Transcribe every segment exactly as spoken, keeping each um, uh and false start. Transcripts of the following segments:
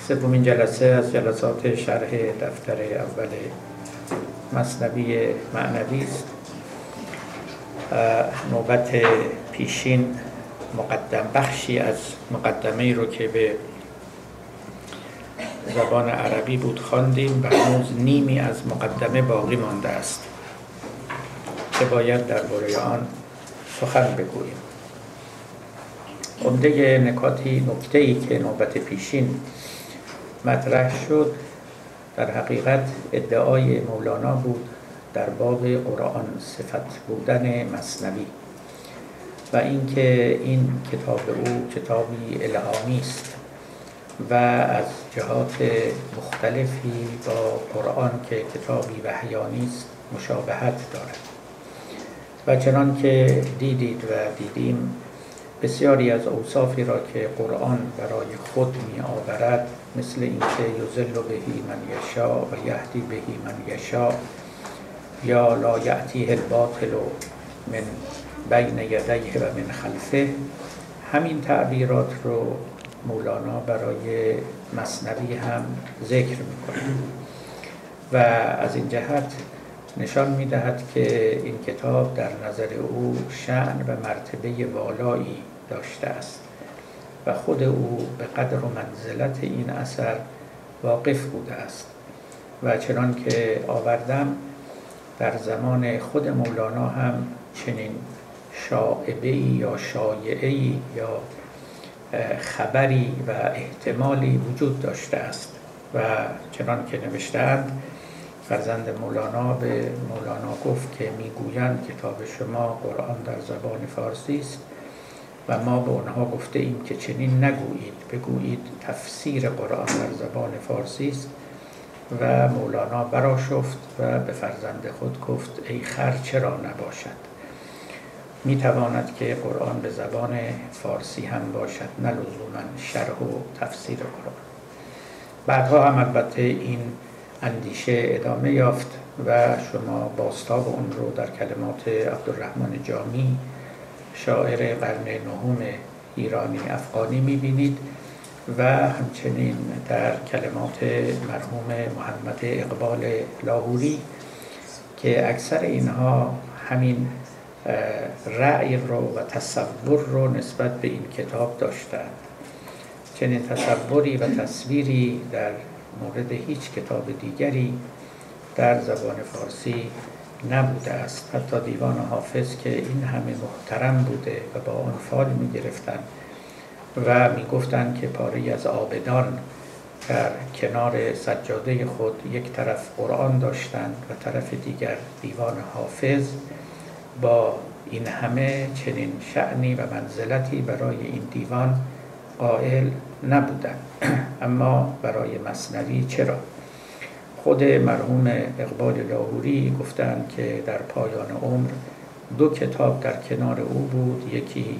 سومین جلسه از جلسات شرح دفتر اول مثنوی معنوی است. نوبت پیشین مقدم بخشی از مقدمه‌ای رو که به زبان عربی بود خواندیم و هنوز نیمی از مقدمه باقی مانده است که باید درباره آن سخن بگوییم. عمده نکاتی نکته‌ای که نوبت پیشین مطرح شد در حقیقت ادعای مولانا بود در باب قرآن صفت بودن مثنوی و اینکه این کتاب او کتابی الهامی است و از جهات مختلفی با قرآن که کتابی وحیانی است مشابهت دارد و چنان که دیدید و دیدیم بسیاری از اوصافی را که قرآن برای خود می آورد مثل اینکه یضل بهی من یشاء و یهدی بهی من یشاء یا لا یأتیه الباطل من بین یدیه و من خلفه، همین تعبیرات رو مولانا برای مثنوی هم ذکر میکنه و از این جهت نشان میدهد که این کتاب در نظر او شأن و مرتبه والایی داشته است و خود او به قدر و منزلت این اثر واقف بوده است و چنان که آوردم در زمان خود مولانا هم چنین شائبه‌ای یا شایعه‌ای یا خبری و احتمالی وجود داشته است و چنان که نوشتند فرزند مولانا به مولانا گفت که میگویند کتاب شما قرآن در زبان فارسی است و ما به آنها گفته ایم که چنین نگویید، بگویید تفسیر قرآن در زبان فارسی است. و مولانا برآشفت و به فرزند خود گفت ای خر چرا نباشد، میتواند که قرآن به زبان فارسی هم باشد نه لزوما شرح و تفسیر قرآن. بعدها هم البته این اندیشه ادامه یافت و شما بازتاب اون رو در کلمات عبدالرحمن جامی شاعر قرن نهم ایرانی افغانی میبینید و همچنین در کلمات مرحوم محمد اقبال لاهوری که اکثر اینها همین رأی رو و تصور رو نسبت به این کتاب داشتند. چنین تصوری و تصویری در مورد هیچ کتاب دیگری در زبان فارسی نبوده است. حتی دیوان حافظ که این همه محترم بوده و با آن فال می گرفتن و می گفتن که پاره از آبدان در کنار سجاده خود یک طرف قرآن داشتند و طرف دیگر دیوان حافظ، با این همه چنین شأنی و منزلتی برای این دیوان قائل نبودند. اما برای مثنوی چرا؟ خود مرحوم اقبال لاهوری گفتند که در پایان عمر دو کتاب در کنار او بود، یکی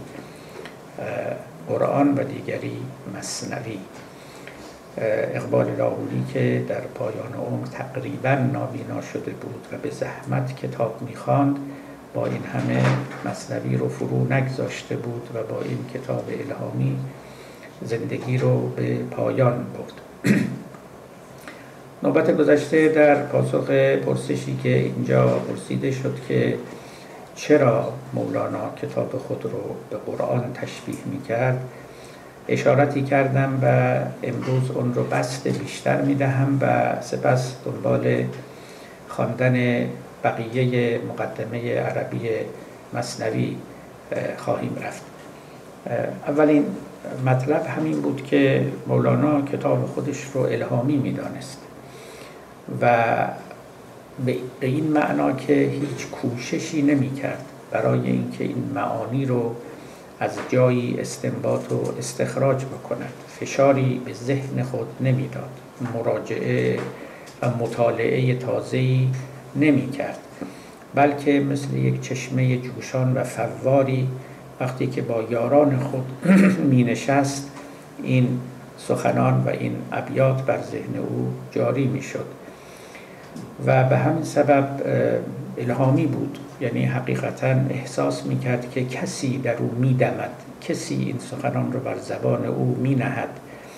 قرآن و دیگری مثنوی. اقبال لاهوری که در پایان عمر تقریبا نابینا شده بود و به زحمت کتاب می‌خواند، با این همه مثنوی رو فرو نگذاشته بود و با این کتاب الهامی زندگی رو به پایان برد. نوبت گذشته در پاسخ پرسشی که اینجا پرسیده شد که چرا مولانا کتاب خود رو به قرآن تشبیه می‌کرد، اشارتی کردم و امروز اون رو بسط بیشتر می‌دهم و سپس دنبال خواندن بقیه مقدمه عربی مثنوی خواهیم رفت. اولین مطلب همین بود که مولانا کتاب خودش رو الهامی می‌دانست و به این معنا که هیچ کوششی نمی‌کرد برای اینکه این معانی رو از جایی استنباط و استخراج بکند، فشاری به ذهن خود نمی‌داد، مراجعه و مطالعه تازه‌ای نمی‌کرد، بلکه مثل یک چشمه جوشان و فواری وقتی که با یاران خود می‌نشست این سخنان و این ابیات بر ذهن او جاری می‌شد و به همین سبب الهامی بود. یعنی حقیقتاً احساس می‌کرد که کسی در او می‌دمد، کسی این سخنان رو بر زبان او می‌نهد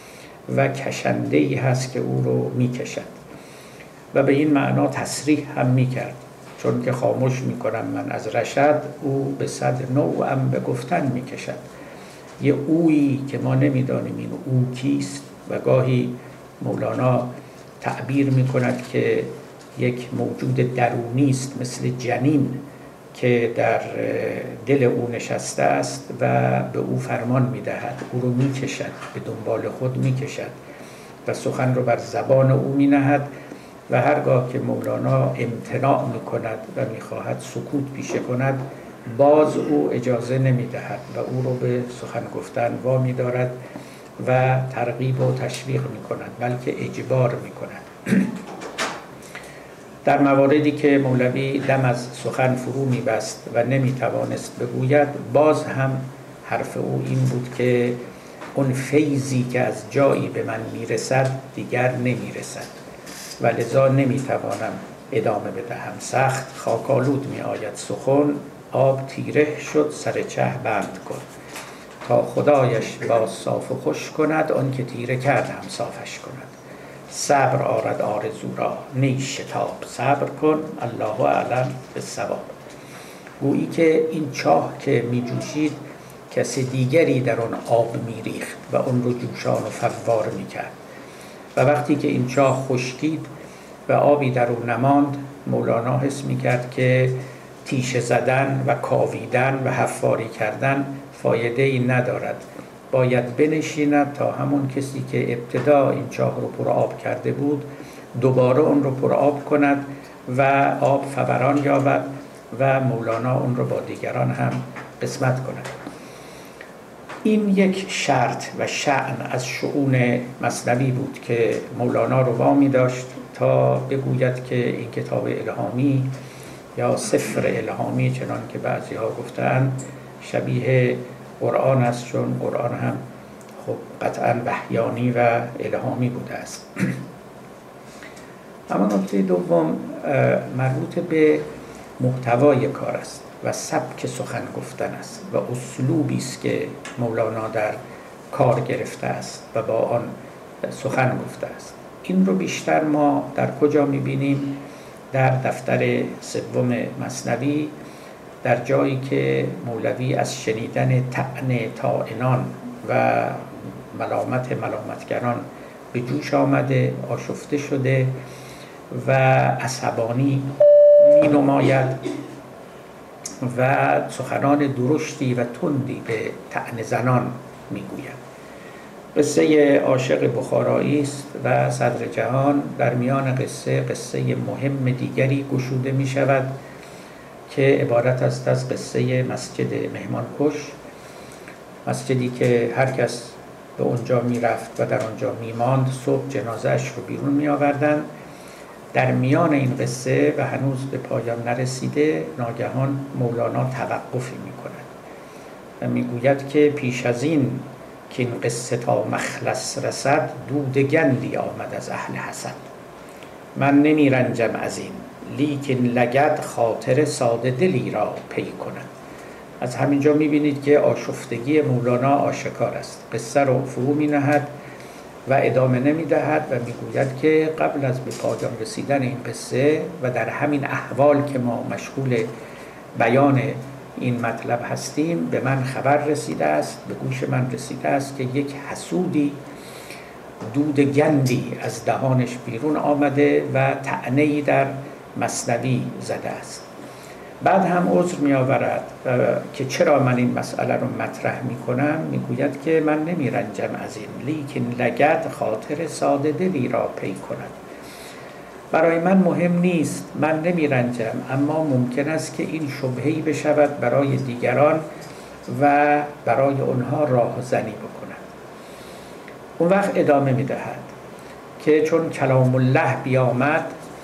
و کشنده‌ای هست که او رو میکشد و به این معنا تصریح هم میکرد، چون که خاموش میکنم من از رشد، او به صد نوعم به گفتن میکشد. یه اویی که ما نمیدانیم این او کیست و گاهی مولانا تعبیر میکند که یک موجود درونی است مثل جنین که در دل او نشسته است و به او فرمان میدهد، او رو میکشد، به دنبال خود میکشد و سخن رو بر زبان او مینهد و هرگاه که مولانا امتناع میکند و میخواهد سکوت پیشه کند، باز او اجازه نمیدهد و او رو به سخن گفتن وامی دارد و ترغیب و تشویق میکند، بلکه اجبار میکند. در مواردی که مولوی دم از سخن فرو میبست و نمیتوانست بگوید، باز هم حرف او این بود که اون فیضی که از جایی به من میرسد دیگر نمیرسد و لذا نمیتوانم ادامه بدهم. سخت خاکالود می آید سخن، آب تیره شد سر چه بند کن. تا خدایش باز صاف و خوش کند، آن که تیره کرد هم صافش کند. صبر آرد آرزو را نی شتاب، صبر کن الله اعلم بالصواب. گویی که این چاه که می جوشید کسی دیگری در آن آب می ریخت و اون رو جوشان و فوار می کرد و وقتی که این چاه خشکید و آبی در اون نماند، مولانا حس می کرد که تیشه زدن و کاویدن و حفاری کردن فایده ای ندارد، باید بنشیند تا همون کسی که ابتدا این چاه رو پر آب کرده بود دوباره اون رو پر آب کند و آب فوران یابد و مولانا اون رو با دیگران هم قسمت کند. این یک شرط و شأن از شؤون مثنوی بود که مولانا رو وامی داشت تا بگوید که این کتاب الهامی یا سفر الهامی، چنان که بعضی ها گفتن، شبیه قرآن است، چون قرآن هم خب قطعاً وحیانی و الهامی بوده است. اما نکته دوم مربوط به محتوای کار است و سبک سخن گفتن است و اسلوبی است که مولانا در کار گرفته است و با آن سخن گفته است. این رو بیشتر ما در کجا می‌بینیم؟ در دفتر سوم مثنوی، در جایی که مولوی از شنیدن طعن طاعنان و ملامت ملامتگران به جوش آمده، آشفته شده و عصبانی می نماید و سخنان درشتی و تندی به طعن زنان می گوید. قصه عاشق بخارایی است و صدر جهان. در میان قصه قصه مهم دیگری گشوده می شود که عبارت است از قصه مسجد مهمانکش، مسجدی که هر کس به اونجا می رفت و در اونجا می ماند صبح جنازه‌اش رو بیرون می آوردن. در میان این قصه و هنوز به پایان نرسیده، ناگهان مولانا توقفی می کند و می گوید که پیش از این که این قصه تا مخلص رسد، دود گندی آمد از اهل حسد. من نمی رنجم از این، لیکن لگد خاطر ساده دلی را پی کند. از همینجا می بینید که آشفتگی مولانا آشکار است. قصه رو فرو می نهد و ادامه نمی دهد و می گوید که قبل از به پایان رسیدن این قصه و در همین احوال که ما مشغول بیان این مطلب هستیم، به من خبر رسیده است، به گوش من رسیده است که یک حسودی دود گندی از دهانش بیرون آمده و طعنه‌ای در مثنوی زده است. بعد هم عذر می آورد که چرا من این مسئله رو مطرح می کنم. می گوید که من نمی رنجم از این، لیکن لگد خاطر ساده دلی را پی کند. برای من مهم نیست، من نمی رنجم، اما ممکن است که این شبهه‌ای بشود برای دیگران و برای اونها راه زنی بکند. اون وقت ادامه می دهد که چون کلام الله بیامد،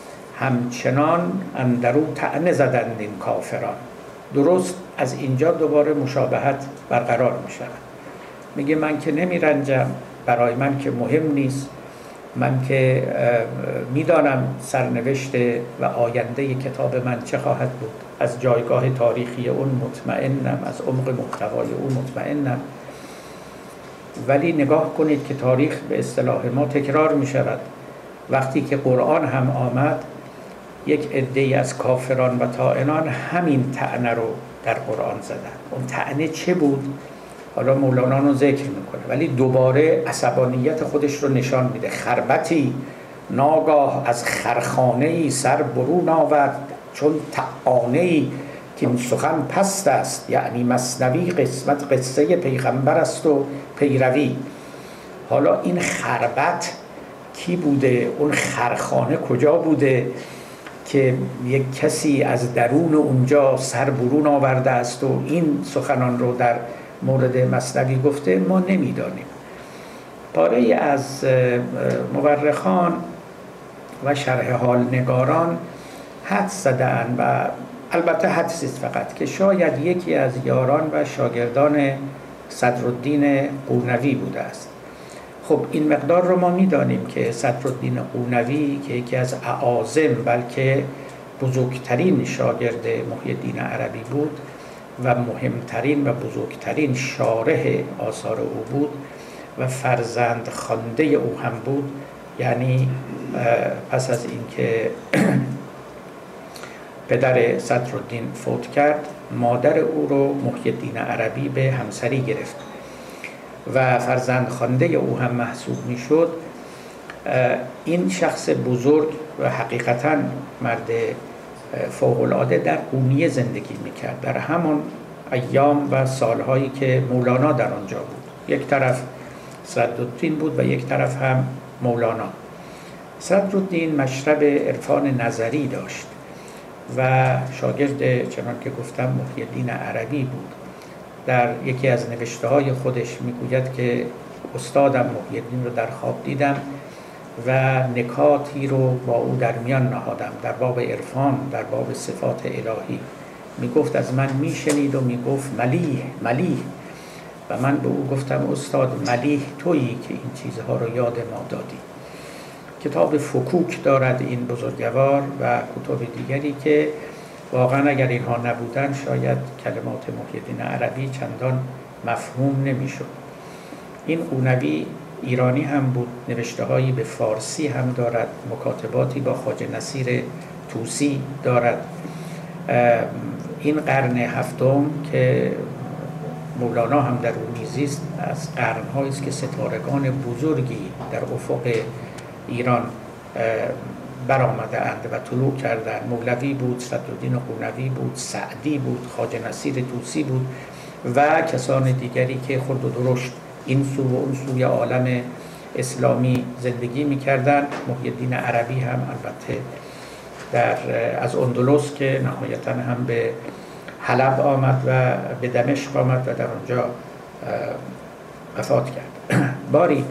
همچنان اندرو طعنه زدند این کافران. درست از اینجا دوباره مشابهت برقرار می شود. میگه من که نمی رنجم، برای من که مهم نیست، من که میدانم سرنوشت و آینده کتاب من چه خواهد بود، از جایگاه تاریخی اون مطمئنم، از عمق محتوای اون مطمئنم. ولی نگاه کنید که تاریخ به اصطلاح ما تکرار می شود. وقتی که قرآن هم آمد، یک عده‌ای از کافران و طاعنان همین طعنه رو در قرآن زدن. اون طعنه چه بود؟ حالا مولانا رو ذکر میکنه، ولی دوباره عصبانیت خودش رو نشان میده. خربتی ناگاه از خرخانه‌ای سر برون آورد، چون طعانه‌ای که این سخن پست است، یعنی مثنوی قسمت قصه پیغمبر است و پیروی. حالا این خربت کی بوده؟ اون خرخانه کجا بوده که یک کسی از درون اونجا سر برون آورده است و این سخنان رو در مورد مثنوی گفته؟ ما نمیدانیم. پاره از مورخان و شرح حال نگاران حدس زدن و البته حدس است فقط که شاید یکی از یاران و شاگردان صدرالدین قونوی بوده است. خب این مقدار رو ما میدانیم که صدرالدین قونوی که یکی از اعاظم بلکه بزرگترین شاگرد محی الدین عربی بود و مهمترین و بزرگترین شارح آثار او بود و فرزند خوانده او هم بود. یعنی پس از اینکه پدر صدرالدین فوت کرد، مادر او رو محی الدین عربی به همسری گرفت و فرزند خوانده او هم محسوب میشد. این شخص بزرگ و حقیقتاً مرد فوق‌العاده در قونیه زندگی میکرد، در همون ایام و سالهایی که مولانا در آنجا بود. یک طرف صدرالدین بود و یک طرف هم مولانا. صدرالدین مشرب عرفان نظری داشت و شاگرد چنان که گفتم محی الدین عربی بود. در یکی از نوشته های خودش میگوید که استادم محی الدین رو در خواب دیدم و نکاتی رو با او در میان نهادم در باب عرفان، در باب صفات الهی. میگفت از من میشنید و میگفت ملیح ملیح و من به او گفتم استاد ملیح تویی که این چیزها رو یاد ما دادی. کتاب فکوک دارد این بزرگوار و کتب دیگری که واقعا اگر اینها نبودن شاید کلمات محی الدین عربی چندان مفهوم نمیشد. این قونوی ایرانی هم بود، نوشته هایی به فارسی هم دارد، مکاتباتی با خواجه نصیر طوسی دارد. این قرن هفتم که مولانا هم در اون میزیست از قرن‌هایی است که ستارگان بزرگی در افق ایران برآمده اند و طلوع کردند. مولوی بود، صدرالدین قونوی بود، سعدی بود، خواجه نصیر طوسی بود و کسان دیگری که خرد و درشت این سو و اون سوی عالم اسلامی زندگی می‌کردند. محی الدین عربی هم البته در از اندلس که نهایتاً هم به حلب آمد و به دمشق آمد و در آنجا وفات کرد. باری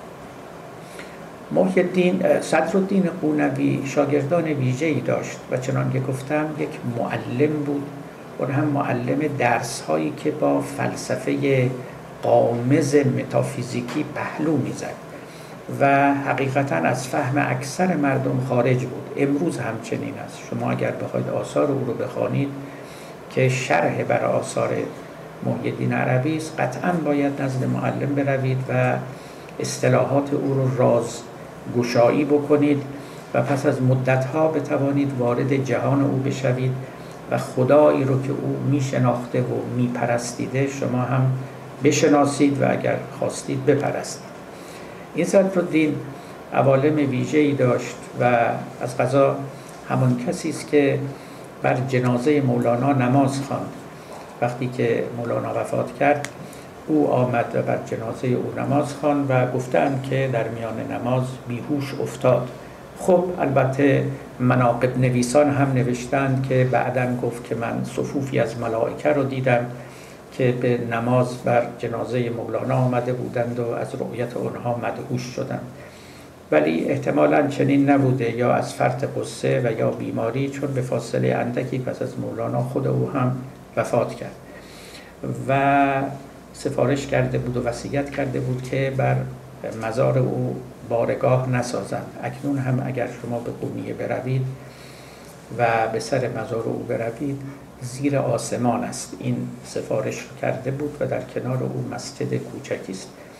محی الدین صدرالدین قونوی شاگردان ویژه‌ای داشت و چنان که گفتم یک معلم بود، اون هم معلم درس‌هایی که با فلسفه قامز متافیزیکی پهلو می‌زد و حقیقتاً از فهم اکثر مردم خارج بود. امروز همچنین است. شما اگر بخواید آثار او رو بخوانید که شرح بر آثار محی الدین عربی است، قطعاً باید نزد معلم بروید و اصطلاحات او رو راز گشایی بکنید و پس از مدتها بتوانید وارد جهان او بشوید و خدایی رو که او می شناخته و می پرستیده شما هم بشناسید و اگر خواستید بپرستید. این صدرالدین عوالم ویژه‌ای داشت و از قضا همان کسی است که بر جنازه مولانا نماز خواند. وقتی که مولانا وفات کرد او آمد و بر جنازه او نماز خواند و گفتند که در میان نماز بیهوش افتاد. خب البته مناقب نویسان هم نوشتند که بعداً گفت که من صفوفی از ملائکه رو دیدم که به نماز بر جنازه مولانا آمده بودند و از رؤیت آنها مدهوش شدند. ولی احتمالاً چنین نبوده، یا از فرط قصه و یا بیماری، چون به فاصله اندکی پس از مولانا خود او هم وفات کرد و سفارش کرده بود و وصیت کرده بود که بر مزار او بارگاه نسازند. اکنون هم اگر شما به قونیه بروید و به سر مزار او بروید، زیر آسمان است. این سفارش کرده بود و در کنار او مسجد کوچکی است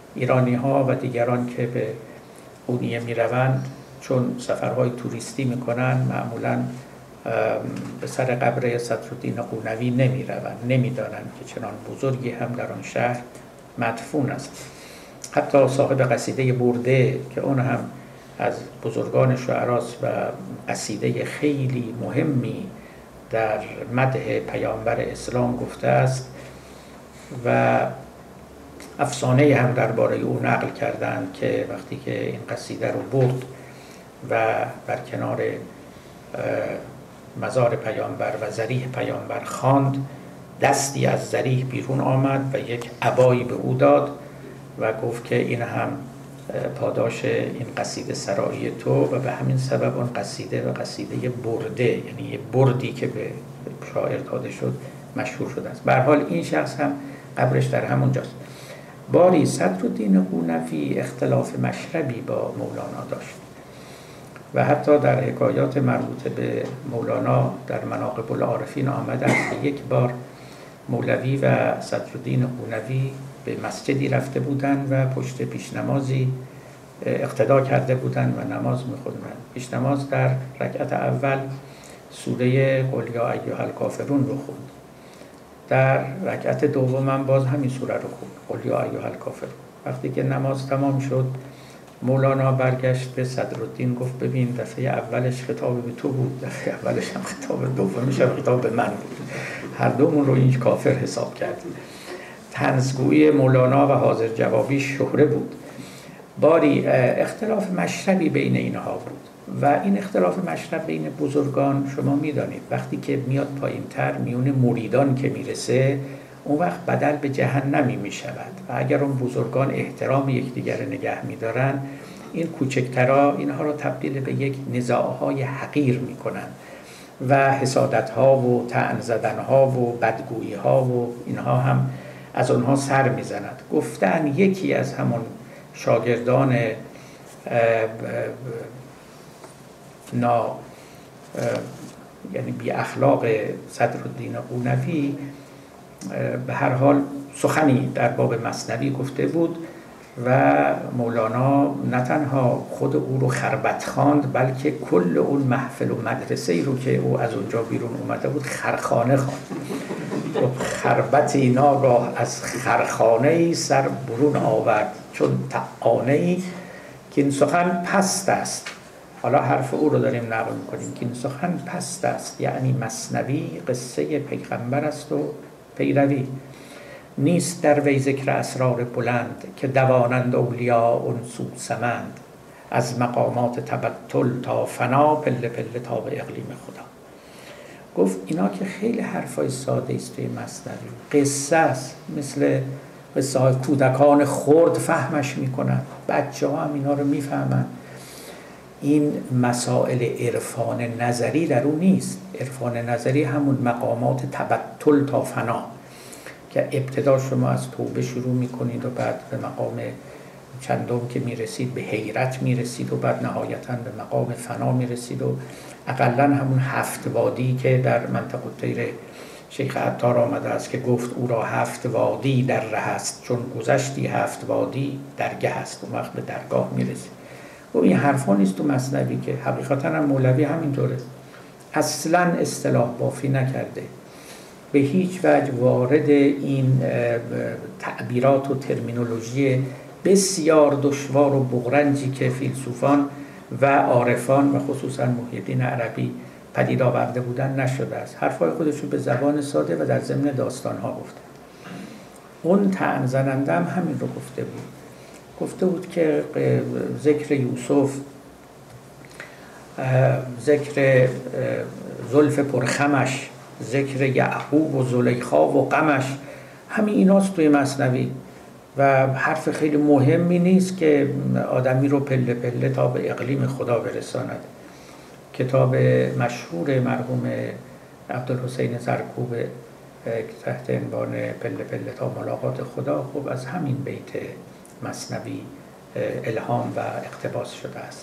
ایرانی ها و دیگران که به قونیه می روند چون سفرهای توریستی می کنند معمولاً به سر قبر صدرالدین قونوی نمی روند، نمی دانند که چنان بزرگی هم در آن شهر مدفون است. حتی صاحب قصیده برده که اون هم از بزرگان شعراست و قصیده خیلی مهمی در مدح پیامبر اسلام گفته است و افسانه هم درباره او نقل کردند که وقتی که این قصیده رو برد و بر کنار مزار پیامبر و ضریح پیامبر خواند، دستی از ضریح بیرون آمد و یک عبایی به او داد و گفت که این هم پاداش این قصیده سرایی تو و به همین سبب اون قصیده و قصیده برده، یعنی یه بردی که به شاعر داده شد، مشهور شده است. به هر حال این شخص هم قبرش در همونجاست. باری صدرالدین قونوی اختلاف مشربی با مولانا داشت و حتی در حکایات مربوطه به مولانا در مناقب العارفین آمده است که یک بار مولوی و صدرالدین قونوی به مسجدی رفته بودند و پشت پیش نمازی اقتدا کرده بودند و نماز می‌خوندند. پیش نماز در رکعت اول سوره قل یا ایها الکافرون رو خوند. در رکعت دوم هم باز همین سوره رو خوند، قل یا ایها الکافرون. وقتی که نماز تمام شد مولانا برگشت به صدرالدین گفت ببین دفعه اولش خطاب به تو بود، دفعه اولش هم خطاب دومش هم خطاب به من بود، هر دومون رو این کافر حساب کرد. طنزگویی مولانا و حاضر جوابی شهره بود. باری اختلاف مشربی بین اینها بود و این اختلاف مشرب بین بزرگان شما میدانید وقتی که میاد پایین تر میون مریدان که میرسه اون وقت بدل به جهنمی می شود و اگر اون بزرگان احترام یکدیگر نگه می دارن این کوچکترها اینها رو تبدیل به یک نزاعهای حقیر می کنن و حسادتها و طعن زدنها و بدگوییها و اینها هم از اونها سر می زند. گفتن یکی از همون شاگردان نا یعنی بی اخلاق صدرالدین قونوی به هر حال سخنی در باب مثنوی گفته بود و مولانا نه تنها خود او رو خربت خواند بلکه کل اون محفل و مدرسه ای رو که او از اونجا بیرون اومده بود خرخانه خواند. خربتی ناگاه از خرخانه ای سر برون آورد چون طعانه ای که این سخن پست است. حالا حرف او رو داریم نقل میکنیم که این سخن پست است، یعنی مثنوی قصه پیغمبر است و پیروی نیست در وی ذکر اسرار بلند که دوانند اولیا اون سو سمند از مقامات تبتل تا فنا پله پله تا به اقلیم خدا. گفت اینا که خیلی حرفای ساده است توی مثنوی، قصه است، مثل قصه های کودکان خرد فهمش میکنن، بچه ها هم اینا رو میفهمن. این مسائل عرفان نظری در اون نیست. عرفان نظری همون مقامات تبتل تا فنا که ابتدا شما از توبه شروع میکنید و بعد به مقام چندم که میرسید به حیرت میرسید و بعد نهایتاً به مقام فنا میرسید و اقلاً همون هفت وادی که در منطقه طیر شیخ عطار آمده است که گفت او را هفت وادی در ره است چون گذشتی هفت وادی درگه است و وقت به درگاه میرسید. و این حرفا نیست تو مثنوی که حقیقتا هم مولوی همینطوره، اصلا اصطلاح بافی نکرده، به هیچ وجه وارد این تعبیرات و ترمینولوژی بسیار دشوار و بغرنجی که فیلسوفان و عارفان و خصوصا محی الدین عربی پدید آورده بودن نشده است. حرفای خودش رو به زبان ساده و در ضمن داستانها گفته. اون طعن زننده هم همین رو گفته بود. گفته بود که ذکر یوسف، ذکر زلف پرخمش، ذکر یعقوب و زلیخا و غمش، همین ایناست توی مثنوی و حرف خیلی مهمی نیست که آدمی رو پله پله تا به اقلیم خدا برساند. کتاب مشهور مرحوم عبدالحسین زرکوب تحت عنوان پله پله تا ملاقات خدا خب از همین بیت مثنوی الهام و اقتباس شده است.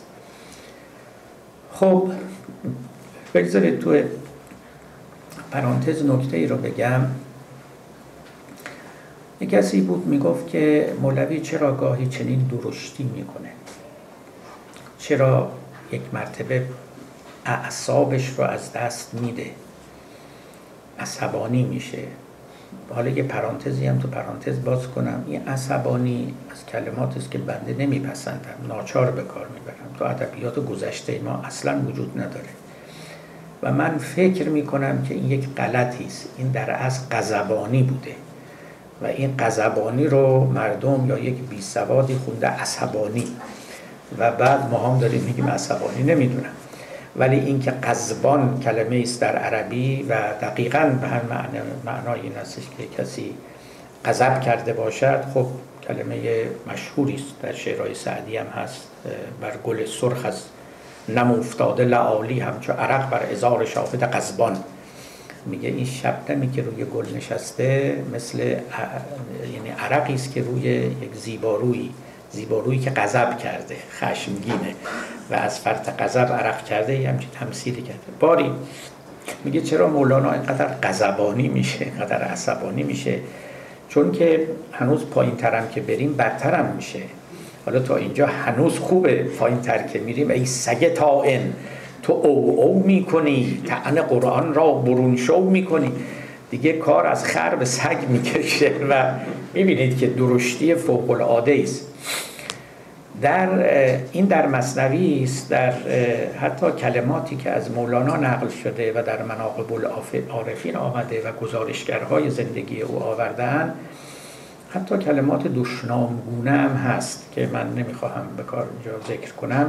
خب بگذارید تو پرانتز نکته ای رو بگم. یک کسی بود میگفت که مولوی چرا گاهی چنین درشتی میکنه، چرا یک مرتبه اعصابش رو از دست میده، عصبانی میشه. حالا یه پرانتزی هم تو پرانتز باز کنم، این عصبانی از کلماتی است که بنده نمیپسندم، ناچار به کار میبرم، تو ادبیات گذشته ما اصلا وجود نداره و من فکر میکنم که این یک غلطی است. این در اصل غضبانی بوده و این غضبانی رو مردم یا یک بیسوادی خونده عصبانی و بعد ما هم داریم میگیم عصبانی. نمیدونم، ولی این که غضبان کلمه است در عربی و دقیقاً به هم معنی معنای این است که کسی غضب کرده باشد. خب کلمه مشهوری است، در شعرهای سعدی هم هست، بر گل سرخ از نم افتاده لعالی همچو عرق بر عذار شاهد غضبان. میگه این شبنمی که روی گل نشسته مثل یعنی عرقی است که روی یک زیبارویی زیبارویی که غضب کرده، خشمگینه و از فرط غضب عرق کرده، یه همچین تمثیلی کرده. باری میگه چرا مولانا اینقدر غضبانی میشه، اینقدر عصبانی میشه؟ چون که هنوز پایین ترم که بریم بدترم میشه. حالا تا اینجا هنوز خوبه، پایین تر که میریم ای سگ طاعن تو او او میکنی، طعن قرآن را برون شو میکنی. دیگه کار از خر به سگ میکشه و میبینید که درشتی فوق العاده است. در این در مثنوی است، در حتی کلماتی که از مولانا نقل شده و در مناقب العارفین آمده و گزارشگرهای زندگی او آوردن، حتی کلمات دشنامگونه هم هست که من نمیخواهم به کار اینجا ذکر کنم،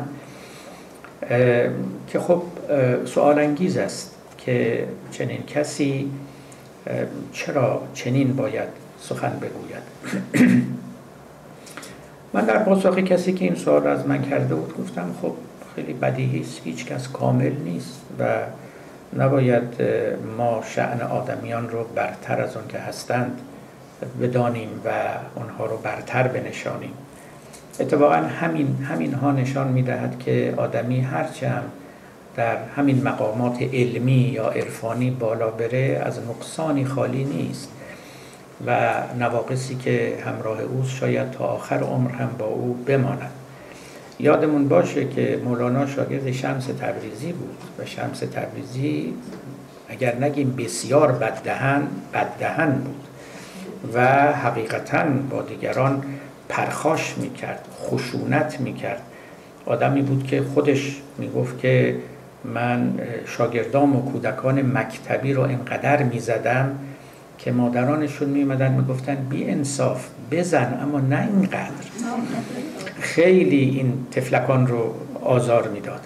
که خب سوال انگیز است که چنین کسی چرا چنین باید سخن بگوید. من در پاسخ کسی که این سوال از من کرده بود گفتم خب خیلی بدیهی است، هیچ کس کامل نیست و نباید ما شأن آدمیان رو برتر از اون که هستند بدانیم و اونها رو برتر بنشانیم. اتفاقا همین همین ها نشان میدهد که آدمی هرچند در همین مقامات علمی یا عرفانی بالا بره از نقصانی خالی نیست و نواقصی که همراه اوست شاید تا آخر عمر هم با او بماند. یادمون باشه که مولانا شاگرد شمس تبریزی بود و شمس تبریزی اگر نگیم بسیار بددهن بددهن بود و حقیقتاً با دیگران پرخاش میکرد، خشونت میکرد. آدمی بود که خودش میگفت که من شاگردام و کودکان مکتبی رو اینقدر میزدم که مادرانشون میمدن میگفتن بی انصاف بزن اما نه اینقدر. خیلی این طفلکان رو آزار میداد.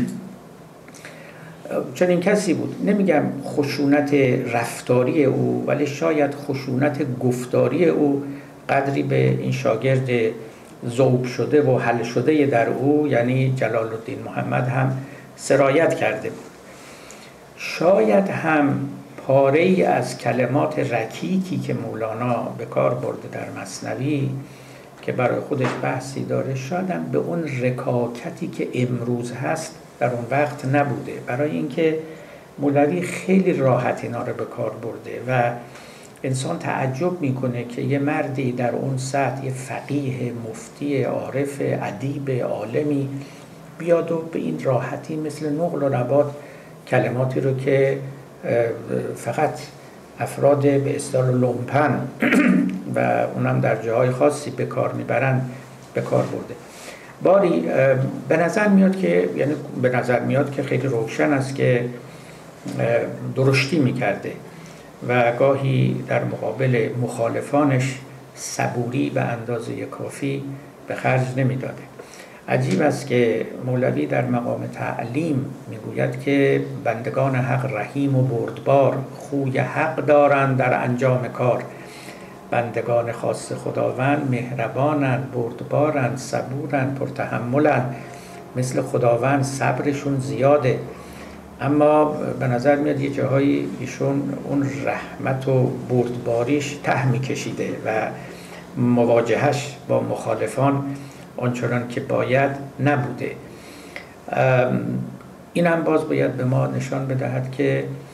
چون این کسی بود. نمیگم خشونت رفتاری او، ولی شاید خشونت گفتاری او قدری به این شاگرد ذوب شده و حل شده در او یعنی جلال الدین محمد هم سرایت کرده بود. شاید هم پاره‌ای از کلمات رکیکی که مولانا به کار برده در مثنوی که برای خودش بحثی داره، شاید هم به اون رکاکتی که امروز هست در اون وقت نبوده، برای اینکه مولوی خیلی راحت اینا رو به کار برده و انسان تعجب میکنه که یه مردی در اون سطح، یه فقیه، مفتی، عارف، ادیب، عالمی بیاد و به این راحتی مثل نقل و نبات کلماتی رو که فقط افراد به اصطلاح لومپن و اونم در جاهای خاصی به کار میبرن به کار برده. باری به نظر میاد که یعنی به نظر میاد که خیلی روشن است که درشتی میکرده و گاهی در مقابل مخالفانش صبوری به اندازه کافی به خرج نمیداده. عجیب است که مولوی در مقام تعلیم میگوید که بندگان حق رحیم و بردبار، خوی حق دارند در انجام کار. بندگان خاص خداوند مهربانند، بردبارند، صبورند، پرتحملند. مثل خداوند صبرشون زیاده، اما به نظر میاد یه جاهایی ایشون اون رحمت و بردباریش ته میکشیده و مواجهش با مخالفان آنچنان که باید نبوده. این هم باز باید به ما نشان بدهد که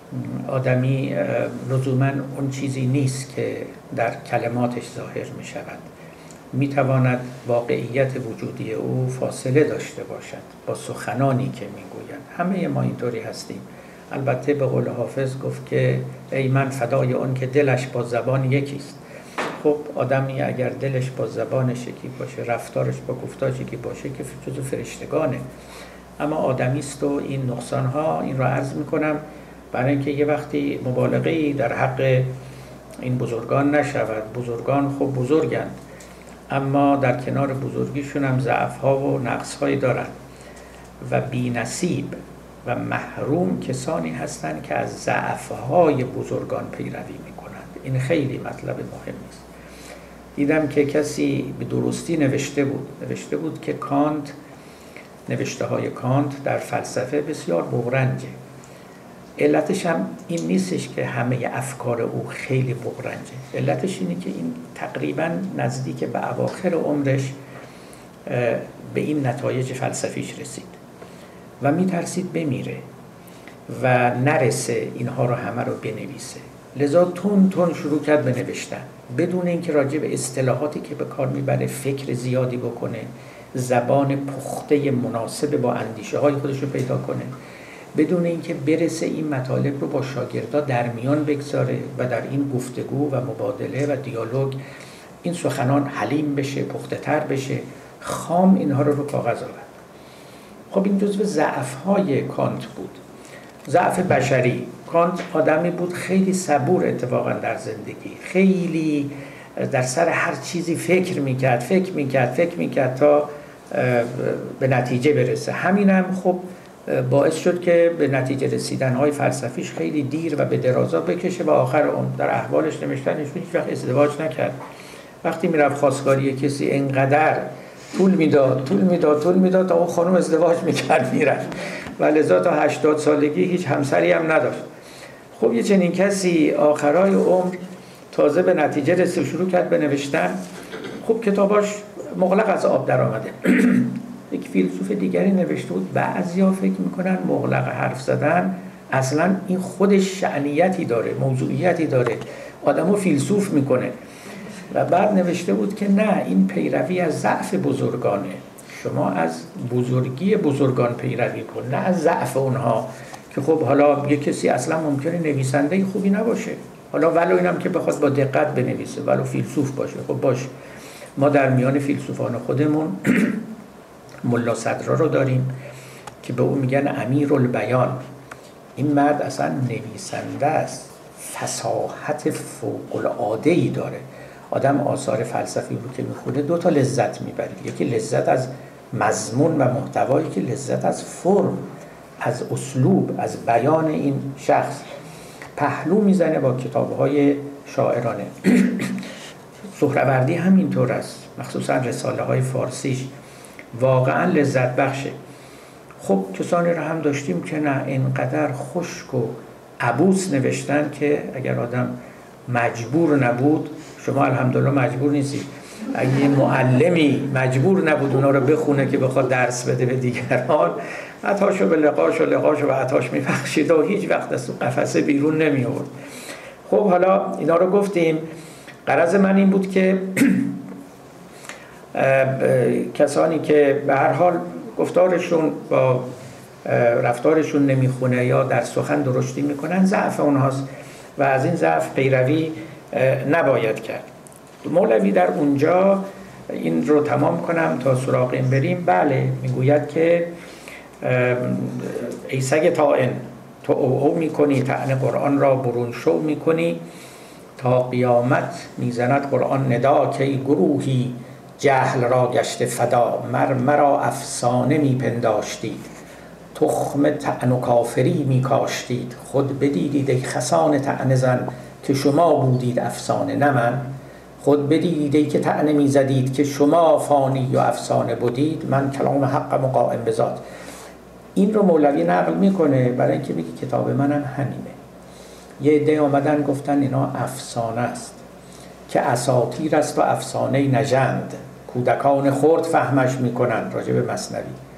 آدمی لزوما اون چیزی نیست که در کلماتش ظاهر می شود. می تواند واقعیت وجودی او فاصله داشته باشد با سخنانی که می گویند. همه ما اینطوری هستیم. البته به قول حافظ گفت که ای من فدای اون که دلش با زبان یکیست. خب آدمی اگر دلش با زبانش یکی باشه، رفتارش با گفتارش یکی باشه که جزو فرشتگانه. اما آدمی است و این نقصان ها، این را عرض می کنم برای اینکه یه وقتی مبالغه‌ای در حق این بزرگان نشود. بزرگان خب بزرگند، اما در کنار بزرگیشون هم ضعف‌ها و نقص‌هایی دارند و بی‌نصیب و محروم کسانی هستند که از ضعف‌های بزرگان پیروی می‌کنند. این خیلی مطلب مهمی است. دیدم که کسی به درستی نوشته بود نوشته بود که کانت، نوشته‌های کانت در فلسفه بسیار بغرنجه. علتش هم این نیستش که همه افکار او خیلی بغرنجه. علتش اینه که این تقریبا نزدیک به اواخر عمرش به این نتایج فلسفیش رسید و میترسید بمیره و نرسه اینها رو همه رو بنویسه. لذا تون تون شروع کرد به نوشتن بدون اینکه راجع به اصطلاحاتی که به کار میبره فکر زیادی بکنه، زبان پخته مناسب با اندیشه های خودش رو پیدا کنه، بدون اینکه برسه این مطالب رو با شاگردا در میان بگذاره و در این گفتگو و مبادله و دیالوگ این سخنان حلیم بشه، پخته تر بشه، خام اینها رو رو کاغذ آورد. خب این جزو ضعف‌های کانت بود، ضعف بشری. کانت آدمی بود خیلی صبور اتفاقا در زندگی، خیلی در سر هر چیزی فکر میکرد فکر میکرد فکر میکرد تا به نتیجه برسه. همینم خب باعث شد که به نتیجه رسیدن‌های فلسفیش خیلی دیر و به درازا بکشه و آخر اون در احوالش نوشتن هیچ وقت ازدواج نکرد. وقتی میرفت خواستگاری کسی انقدر طول میداد طول میداد طول میداد تا اون خانم ازدواج میکرد میرفت و لذا تا هشتاد سالگی هیچ همسری هم نداشت. خب یه چنین کسی آخرای عمر تازه به نتیجه رسید، شروع کرد به نوشتن. خب کتاباش مغلق از آب در آمده. یک فیلسوف دیگری نوشته بود بعضیا فکر میکنن مغلق حرف زدن اصلا این خودش شأنیتی داره، موضوعیتی داره، آدمو فیلسوف میکنه. و بعد نوشته بود که نه، این پیروی از ضعف بزرگانه. شما از بزرگی بزرگان پیروی کن، نه از ضعف اونها. که خب حالا یک کسی اصلا ممکنه نویسنده خوبی نباشه، حالا ولو اینم که بخواد با دقت بنویسه، ولو فیلسوف باشه، خب باشه. ما در میان فیلسوفان خودمون ملا صدرا رو داریم که به اون میگن امیرالبیان. این مرد اصلا نویسنده است، فصاحت فوق‌العاده‌ای داره. آدم آثار فلسفی رو که میخونه دو تا لذت میبره، یکی لذت از مضمون و محتوا، یکی لذت از فرم، از اسلوب، از بیان این شخص. پهلو میزنه با کتاب‌های شاعرانه. سهروردی هم اینطور است، مخصوصا رساله های فارسیش واقعا لذت بخشه. خب کسانی رو هم داشتیم که نه، اینقدر خشک و عبوس نوشتن که اگر آدم مجبور نبود، شما الحمدلله مجبور نیستید، اگه یه معلمی مجبور نبود اونا رو بخونه که بخواد درس بده به دیگران، عطاشو به لقاش و لقاشو به عطاش میبخشید و هیچ وقت از قفسه بیرون نمی آورد. خب حالا اینا رو گفتیم. غرض من این بود که کسانی که به هر حال گفتارشون با رفتارشون نمیخونه یا در سخن درشتی میکنن، ضعف اونهاست و از این ضعف پیروی نباید کرد. مولوی در اونجا این رو تمام کنم تا سراغ این بریم. بله، میگوید که ای سگ طاعن، تو او او میکنی، طعن قرآن را برون شو میکنی، تا قیامت میزند قرآن ندا که ای گروهی جهل را گشته فدا، مر مرا افسانه میپنداشتید، تخم طعن و کافری میکاشتید، خود بدیدید ای خسان طعن زن که شما بودید افسانه نه من، خود بدیدید ای که طعنه میزدید که شما فانی و افسانه بودید، من کلام حق مقائم بذات. این رو مولوی نقل میکنه برای اینکه بگه کتاب منم همینه. یه عده آمدن گفتن اینا افسانه است که اساطیر است و افسانه نژند، کودکان خرد فهمش میکنن، راجع به مثنوی.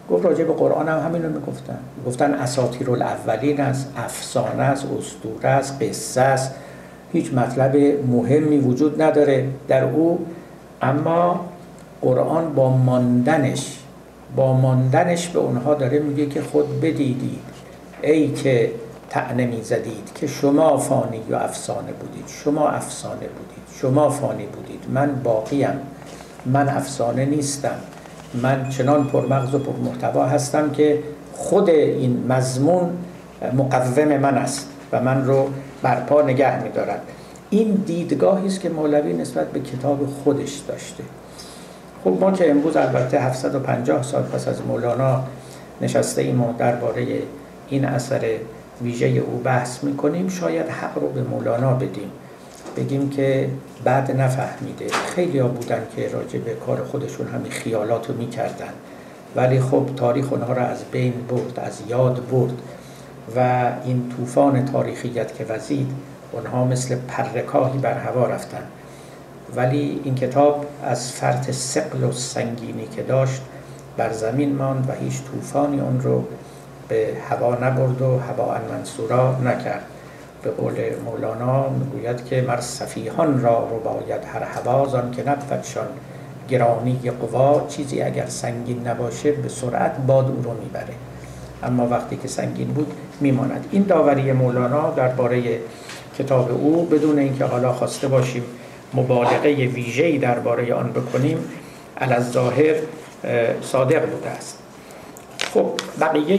گفت راجع به قرآن هم همین رو میگفتن، گفتن اساطیر الاولین است، افسانه است، اسطوره است، قصه است، هیچ مطلب مهمی وجود نداره در او، اما قرآن با ماندنش با ماندنش به اونها داره میگه که خود بدیدید ای که طعنه میزدید که شما فانی و افسانه بودید، شما افسانه بودید، شما فانی بودید، من باقیم، من افسانه نیستم، من چنان پرمغز و پرمحتوا هستم که خود این مضمون مقوم من است و من رو برپا نگه می‌دارد. این دیدگاهی است که مولوی نسبت به کتاب خودش داشته. خب ما که امروز البته هفتصد و پنجاه سال پس از مولانا نشسته ایم و درباره این اثر ویژه او بحث می‌کنیم، شاید حق رو به مولانا بدیم، بگیم که بعد نفهمیده. خیلی ها بودن که راجع به کار خودشون همین خیالات رو می‌کردن، ولی خب تاریخ اونها را از بین برد، از یاد برد و این طوفان تاریخیت که وزید، اونها مثل پرکاهی بر هوا رفتن. ولی این کتاب از فرط ثقل و سنگینی که داشت بر زمین ماند و هیچ طوفانی اون رو به هوا نبرد و هوا منصورا نکرد. به قول مولانا میگوید که مر سفیهان را رو باید هر هوا، زان که نبودشان گرانی قوا، چیزی اگر سنگین نباشه به سرعت باد او رو میبره، اما وقتی که سنگین بود میماند. این داوری مولانا درباره کتاب او بدون اینکه حالا خواسته باشیم مبالغه ویژه‌ای درباره آن بکنیم، علی الظاهر صادق بوده است. خب بقیه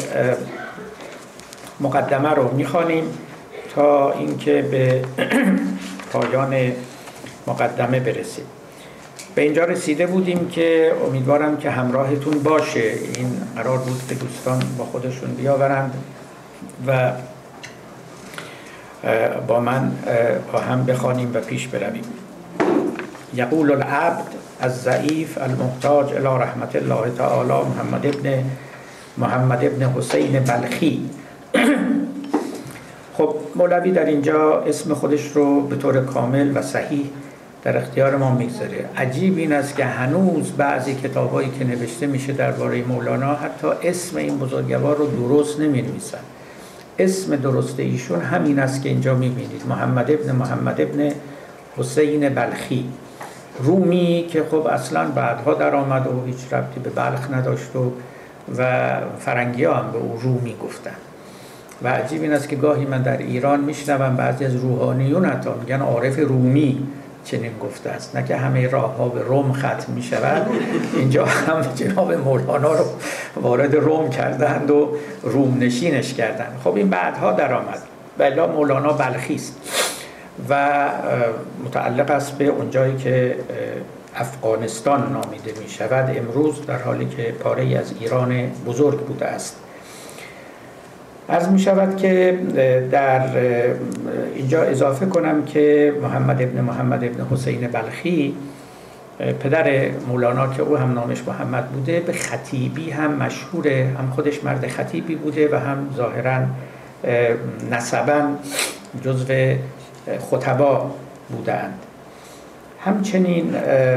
مقدمه رو میخوانیم تا اینکه به پایان مقدمه برسیم. به اینجا رسیده بودیم که امیدوارم که همراهتون باشه. این قرار بود که دوستان با خودشون بیاورند و با من با هم بخوانیم و پیش برویم. یقول العبد الضعیف المحتاج الی رحمت الله تعالی محمد ابن محمد ابن حسین بلخی. خب مولوی در اینجا اسم خودش رو به طور کامل و صحیح در اختیار ما میگذاره. عجیب این است که هنوز بعضی کتابایی که نوشته میشه درباره مولانا حتی اسم این بزرگوار رو درست نمی‌نویسن. اسم درست ایشون همین است که اینجا میبینید، محمد ابن محمد ابن حسین بلخی، رومی که خب اصلا بعدها در آمد و هیچ ربطی به بلخ نداشت و, و فرنگی ها هم به او رومی گفتن. و عجیب این است که گاهی من در ایران میشنوم بعضی از روحانیون حتی میگن عارف رومی چنین گفته است، نه که همه راه ها به روم ختم می شود. اینجا هم جناب مولانا رو وارد روم کردند و روم نشینش کردند. خب این بعدها در آمد. بلا مولانا بلخی است و متعلق است به اونجایی که افغانستان نامیده می شود امروز، در حالی که پاره‌ای از ایران بزرگ بوده است. عرض می شود که در اینجا اضافه کنم که محمد ابن محمد ابن حسین بلخی پدر مولانا که او هم نامش محمد بوده، به خطیبی هم مشهوره، هم خودش مرد خطیبی بوده و هم ظاهراً نسباً جزو خطبا بودند. همچنین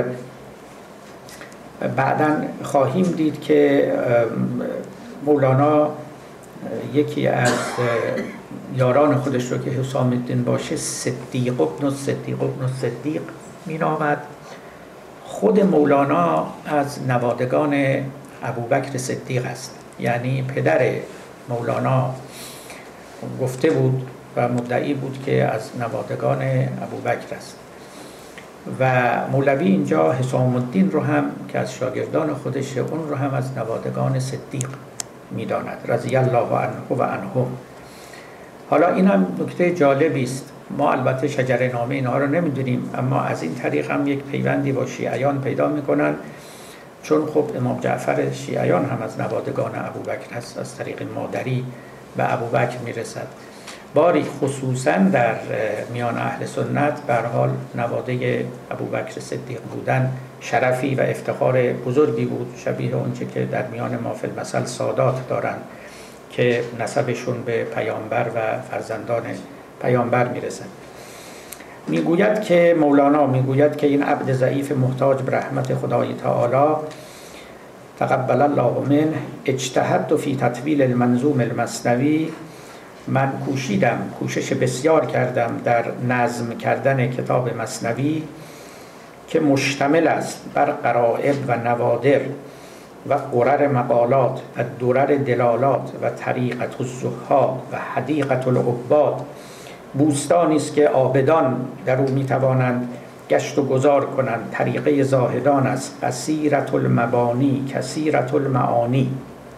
بعداً خواهیم دید که مولانا یکی از یاران خودش رو که حسام الدین باشه صدیق ابن صدیق ابن صدیق مینامد. خود مولانا از نوادگان ابوبکر صدیق است، یعنی پدر مولانا گفته بود و مدعی بود که از نوادگان ابوبکر است و مولوی اینجا حسام الدین رو هم که از شاگردان خودشه اون رو هم از نوادگان صدیق میداند رضی الله عنه و عنهم. حالا این هم نکته جالبی است. ما البته شجره نامه اینها رو نمیدونیم، اما از این طریق هم یک پیوندی با شیعیان پیدا میکنن، چون خب امام جعفر شیعیان هم از نوادگان ابوبکر هست، از طریق مادری به ابوبکر میرسد. باری خصوصا در میان اهل سنت به هر حال نواده ابوبکر صدیق بودن شرفی و افتخار بزرگی بود، شبیه اونچه که در میان ما فی المثل سادات دارند که نسبشون به پیامبر و فرزندان پیامبر میرسند. میگوید که مولانا میگوید که این عبد ضعیف محتاج به رحمت خدای تعالی تقبل الله منه. اجتهدت فی تطویل المنظوم المثنوی. من کوشیدم، کوشش بسیار کردم در نظم کردن کتاب مثنوی که مشتمل است بر غرائب و نوادر و غرر مقالات و درر دلالات و طریقت الزهاد و حدیقت العباد. بوستانی است که عابدان در او میتوانند گشت و گذار کنند. طریقه زاهدان است. قصیرت المبانی کثیرت المعانی.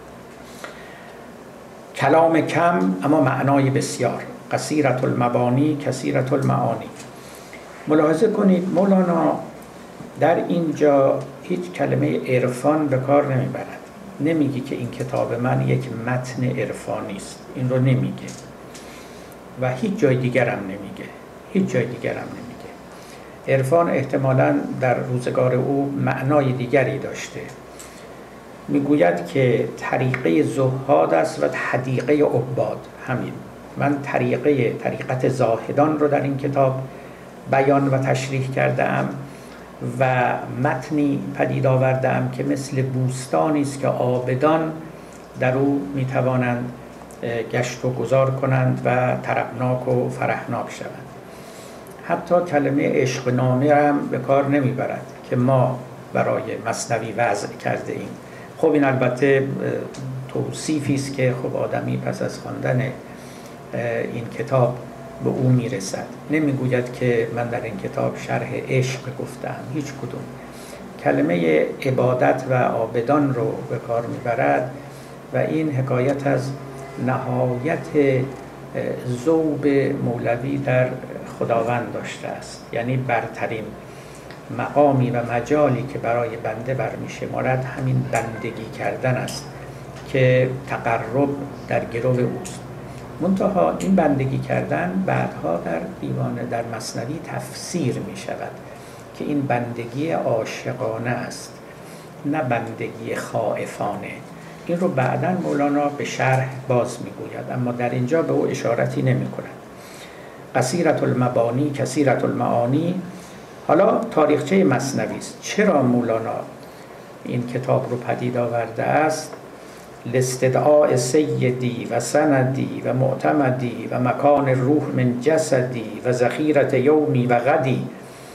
کلام کم اما معنای بسیار. قصیرت المبانی کثیرت المعانی. ملاحظه کنید مولانا در اینجا هیچ کلمه عرفان به کار نمیبرد. نمیگه که این کتاب من یک متن عرفانی است، این رو نمیگه و هیچ جای دیگر هم نمیگه. هیچ جای دیگر هم نمیگه. عرفان احتمالاً در روزگار او معنای دیگری داشته. میگوید که طریقه زهاد است و حدیقه عباد. همین. من طریقه طریقت زاهدان رو در این کتاب بیان و تشریح کرده ام و متنی پدید آورده ام که مثل بوستانی است که عابدان در او میتوانند گشت و گذار کنند و طربناک و فرحناک شوند. حتی کلمه عشق نامه هم به کار نمیبرد که ما برای مثنوی وضع کرده ایم. خب این البته توصیفی است که خب آدمی پس از خواندن این کتاب به او میرسد. نمیگوید که من در این کتاب شرح عشق گفتم، هیچ کدوم. کلمه عبادت و عابدان رو به کار میبرد و این حکایت از نهایت ذوب مولوی در خداوند داشته است. یعنی برترین مقامی و مجالی که برای بنده برمی‌شمارد همین بندگی کردن است که تقرب در گرو اوست. منتها این بندگی کردن بعدها در دیوان در مثنوی تفسیر می شود که این بندگی عاشقانه است، نه بندگی خائفانه. این رو بعداً مولانا به شرح باز می گوید، اما در اینجا به او اشارتی نمی کند. قصیرت المبانی کثیرت المعانی. حالا تاریخچه مثنوی است. چرا مولانا این کتاب رو پدید آورده است؟ لاستدعاء سیدی و سندی و معتمدی و مکان روح من جسدی و ذخیرت یومی و غدی.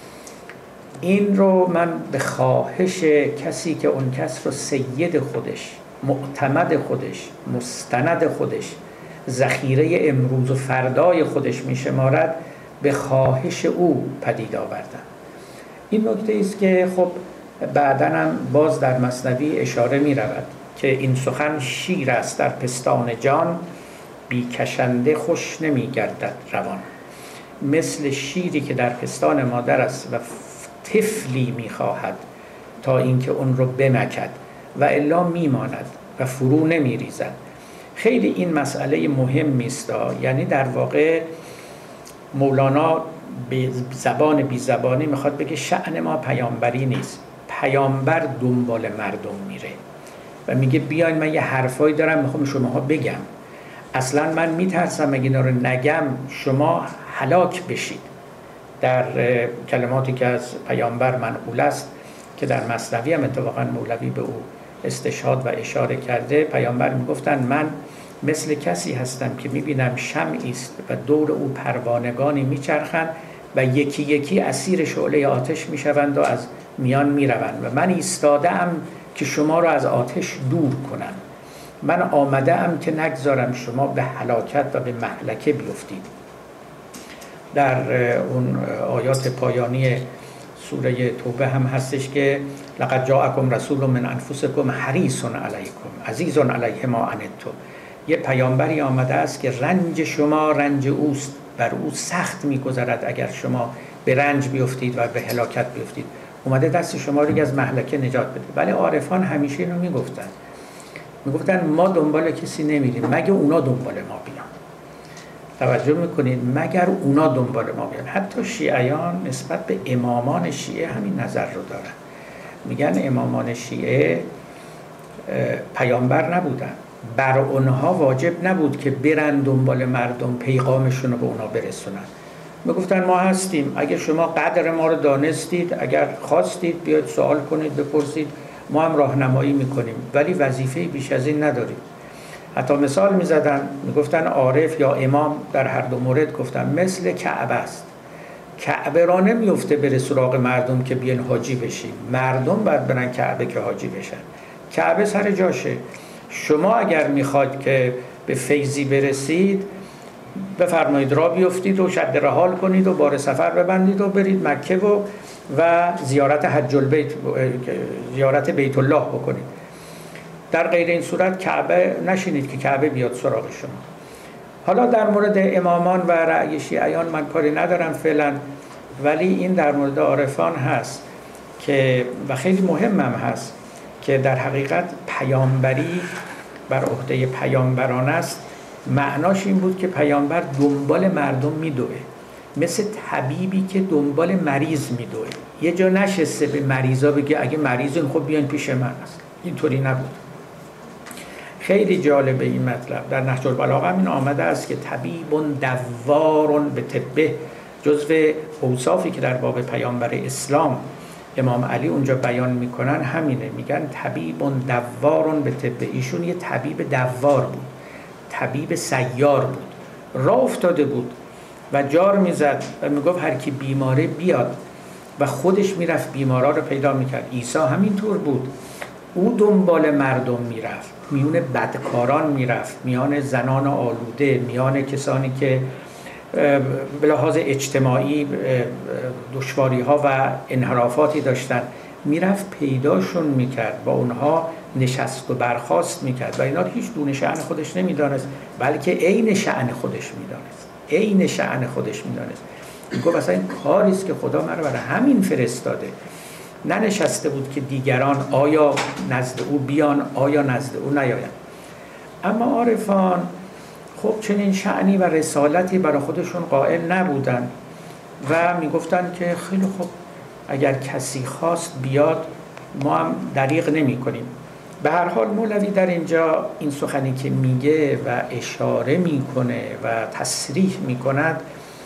این رو من به خواهش کسی که اون کس رو سید خودش، معتمد خودش، مستند خودش، ذخیره امروز و فردای خودش میشمارد، به خواهش او پدید آوردم. این نکته است که خب بعداً هم باز در مثنوی اشاره می رود که این سخن شیر است در پستان جان، بی کشنده خوش نمی گردد روان. مثل شیری که در پستان مادر است و طفلی می خواهد تا اینکه اون رو بمکد و الا می ماند و فرو نمی ریزد. خیلی این مسئله مهم است. یعنی در واقع مولانا به زبان بی زبانی میخواد بگه شأن ما پیامبری نیست. پیامبر دنبال مردم میره و میگه بیاین من یه حرفایی دارم میخوام شماها بگم. اصلا من میترسم اگه اینا رو نگم شما هلاک بشید. در کلماتی که از پیامبر منقول است که در مثنوی هم اتفاقا مولوی به او استشهاد و اشاره کرده، پیامبر میگفتن من مثل کسی هستم که میبینم شمعی است و دور او پروانگانی میچرخند و یکی یکی اسیر شعله آتش میشوند و از میان میروند و من ایستاده ام که شما را از آتش دور کنم. من آمده ام که نگذارم شما به هلاکت و به مهلکه بیفتید. در اون آیات پایانی سوره توبه هم هستش که لقد جاءکم رسول من انفسکم حریص علیکم عزیز علیه ما عنتم. یه پیامبری آمده است که رنج شما رنج اوست، بر او سخت میگذرد اگر شما به رنج بیفتید و به هلاکت بیفتید. اومده دست شما رو از مهلکه نجات بده. ولی عارفان همیشه اینو میگفتن میگفتن ما دنبال کسی نمیریم مگه اونا دنبال ما بیان. توجه میکنید؟ مگر اونا دنبال ما بیان. حتی شیعیان نسبت به امامان شیعه همین نظر رو دارن. میگن امامان شیعه پیامبر نبودن، بر اونها واجب نبود که برن دنبال مردم پیغامشون رو به اونا برسونن. میگفتن ما هستیم، اگه شما قدر ما رو دانستید، اگر خواستید بیاید سوال کنید بپرسید، ما هم راهنمایی میکنیم، ولی وظیفه بیش از این نداریم. حتی مثال میزدن، میگفتن عارف یا امام در هر دو مورد گفتن مثل کعبه است. کعبه را نمیفته بره سراغ مردم که بیان حاجی بشیم، مردم باید برن کعبه که حاجی بشن. کعبه سر جاشه. شما اگر میخواید که به فیضی برسید، بفرمایید را بیفتید و شد رحال کنید و بار سفر ببندید و برید مکه و و زیارت حج البیت، زیارت بیت الله بکنید. در غیر این صورت کعبه نشینید که کعبه بیاد سراغ شما. حالا در مورد امامان و رأی شیعیان من کاری ندارم فعلا، ولی این در مورد عارفان هست که و خیلی مهمم هست که در حقیقت پیامبری بر عهده پیامبران است. معناش این بود که پیامبر دنبال مردم میدوه، مثل طبیبی که دنبال مریض میدوه. یه جا نشسته به مریضا بگه اگه مریضین خب بیان پیش من است. اینطوری نبود. خیلی جالبه این مطلب. در نهج البلاغه این آمده است که طبیب دوار به طبه، جزو اوصافی که در باب پیامبر اسلام امام علی اونجا بیان میکنن همینه. میگن طبیب دوار به طبه. ایشون یه طبیب دوار بود، طبیب سیار بود، راه افتاده بود و جار میزد و میگفت هر کی بیماره بیاد و خودش میرفت بیمارا رو پیدا میکرد. عیسی همینطور بود، او دنبال مردم میرفت، میون بدکاران میرفت، میان زنان آلوده، میان کسانی که به لحاظ اجتماعی دشواری ها و انحرافاتی داشتن، میرفت پیداشون میکرد، با اونها نشست و برخاست میکرد و اینا هیچ دونه شأن خودش نمیدانست، بلکه عین شأن خودش میدانست، عین شأن خودش میدانست. میگه مثلا این کاری است که خدا مرا برای همین فرستاده. ننشسته بود که دیگران آیا نزد او بیان، آیا نزد او نیاین. اما عارفان خب چنین شأنی و رسالتی برای خودشون قائل نبودن و میگفتن که خیلی خوب اگر کسی خواست بیاد ما هم دریغ نمی کنیم. به هر حال مولوی در اینجا این سخنی که میگه و اشاره میکنه و تصریح میکند،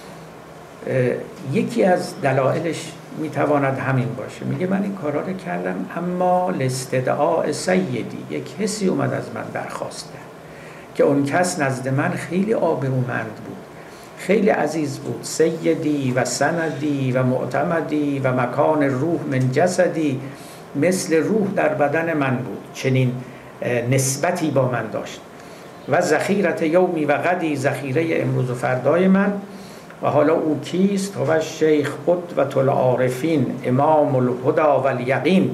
یکی از دلایلش میتواند همین باشه. میگه من این کارا رو کردم اما لاستدعاء سیدی، یک حسی اومد از من درخواست کرد که اون کس نزد من خیلی آبرومند بود، خیلی عزیز بود، سیدی و سندی و معتمدی و مکان روح من جسدی، مثل روح در بدن من بود، چنین نسبتی با من داشت. و ذخیرت یومی و غدی، ذخیره امروز و فردای من. و حالا او کیست؟ و شیخ قدوة العارفین، امام الهدى و الیقین،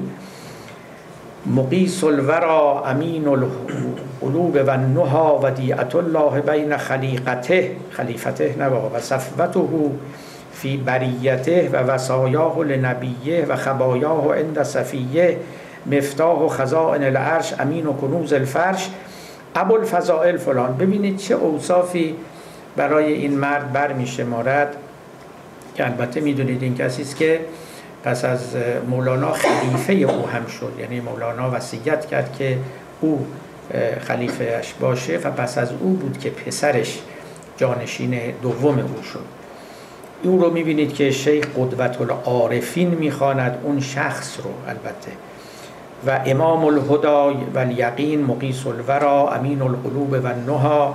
مقیس الورى، امین القلوب و النهى، ودیعة الله بین خلیقته، خلیفته نبا، و صفوته فی بریته، و وصایاه لنبیه، و خبایاه عند صفیه، مفتاح خزائن العرش، امین و کنوز الفرش، ابو الفضائل فلان. ببینید چه اوصافی برای این مرد برمی شمارد که البته میدونید این کسی است که پس از مولانا خلیفه او هم شد. یعنی مولانا وصیت کرد که او خلیفه اش باشه و پس از او بود که پسرش جانشین دوم او شد. او رو میبینید که شیخ قدوة العارفین میخواند، اون شخص رو البته. و امام الهدى و الیقین، مقیس الورى، امین القلوب و النهى،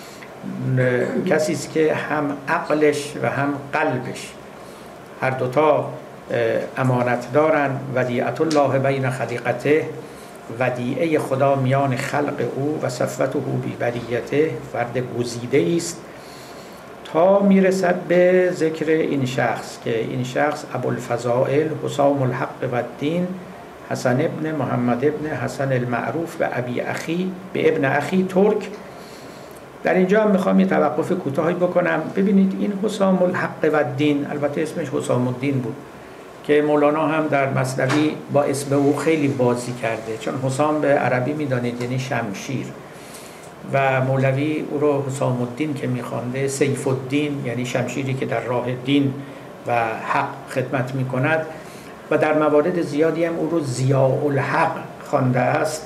کسی است که هم عقلش و هم قلبش هر دوتا امانت دارن. ودیعة الله بین خلیقته، ودیعه خدا میان خلق او، و صفوته بی بریته، فرد گزیده است، تا میرسد به ذکر این شخص که این شخص ابوالفضائل حسام الحق و الدین حسن ابن محمد ابن حسن المعروف به ابی اخی به ابن اخی ترک. در اینجا هم میخوام یه توقف کوتاهی بکنم. ببینید این حسام الحق و الدین، البته اسمش حسام الدین بود که مولانا هم در مثنوی با اسم او خیلی بازی کرده، چون حسام به عربی میدانید یعنی شمشیر، و مولوی او رو حسام الدین که میخوانده، سیف الدین یعنی شمشیری که در راه دین و حق خدمت میکند، و در موارد زیادی هم او رو ضیاء الحق خوانده است.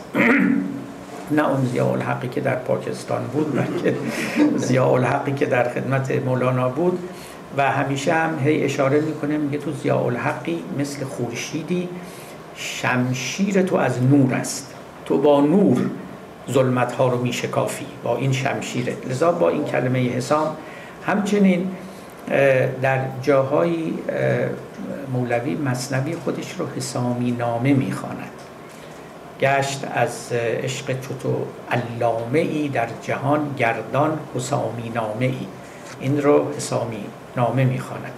نه اون ضیاء الحقی که در پاکستان بود، بلکه ضیاء الحقی که در خدمت مولانا بود. و همیشه هم هی اشاره میکنه، میگه تو ضیاء الحقی مثل خورشیدی شمشیر تو از نور است، تو با نور ظلمت ها رو می شکافی، با این شمشیره. لذا با این کلمه حسام همچنین در جاهای مولوی مثنوی خودش رو حسامی نامه می خواند. گشت از عشق تو علامه ای، در جهان گردان حسامی نامه ای. این رو حسامی نامه می خواند.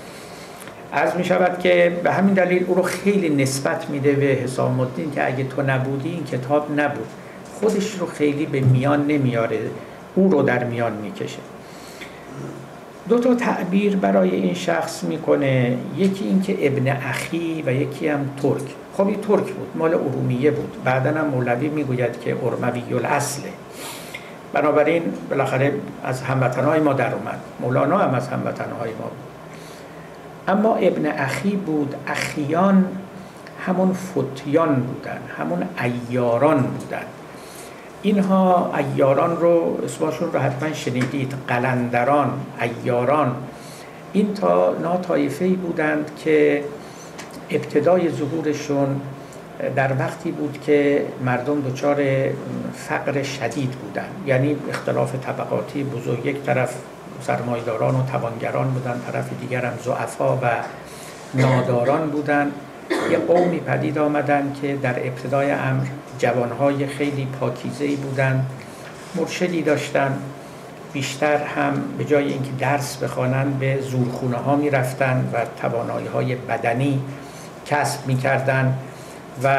عرض می شود که به همین دلیل او رو خیلی نسبت میده به حسام الدین که اگه تو نبودی این کتاب نبود. خودش رو خیلی به میان نمیاره، او رو در میان میکشه. دو تا تعبیر برای این شخص میکنه، یکی این که ابن اخی و یکی هم ترک. خب این ترک بود، مال ارومیه بود. بعداً هم مولوی میگوید که ارموی الاصله. بنابراین بالاخره از هموطنهای ما در اومد. مولانا هم از هموطنهای ما بود. اما ابن اخی بود. اخیان همون فتیان بودن، همون عیاران بودن. اینها عیاران رو اسمشون رو حتما شنیدید، قلندران، عیاران. این تا نا طایفه‌ای بودند که ابتدای ظهورشون در وقتی بود که مردم دچار فقر شدید بودند، یعنی اختلاف طبقاتی بزرگ. یک طرف سرمایه‌داران و توانگران بودند، طرف دیگر هم ضعفا و ناداران بودند. یه قومی پدید آمدن که در ابتدای امر جوانهای خیلی پاکیزه‌ای بودند، مرشدی داشتن، بیشتر هم به جای اینکه درس بخوانند به زورخونه ها می رفتن و توانایی های بدنی کسب می کردن و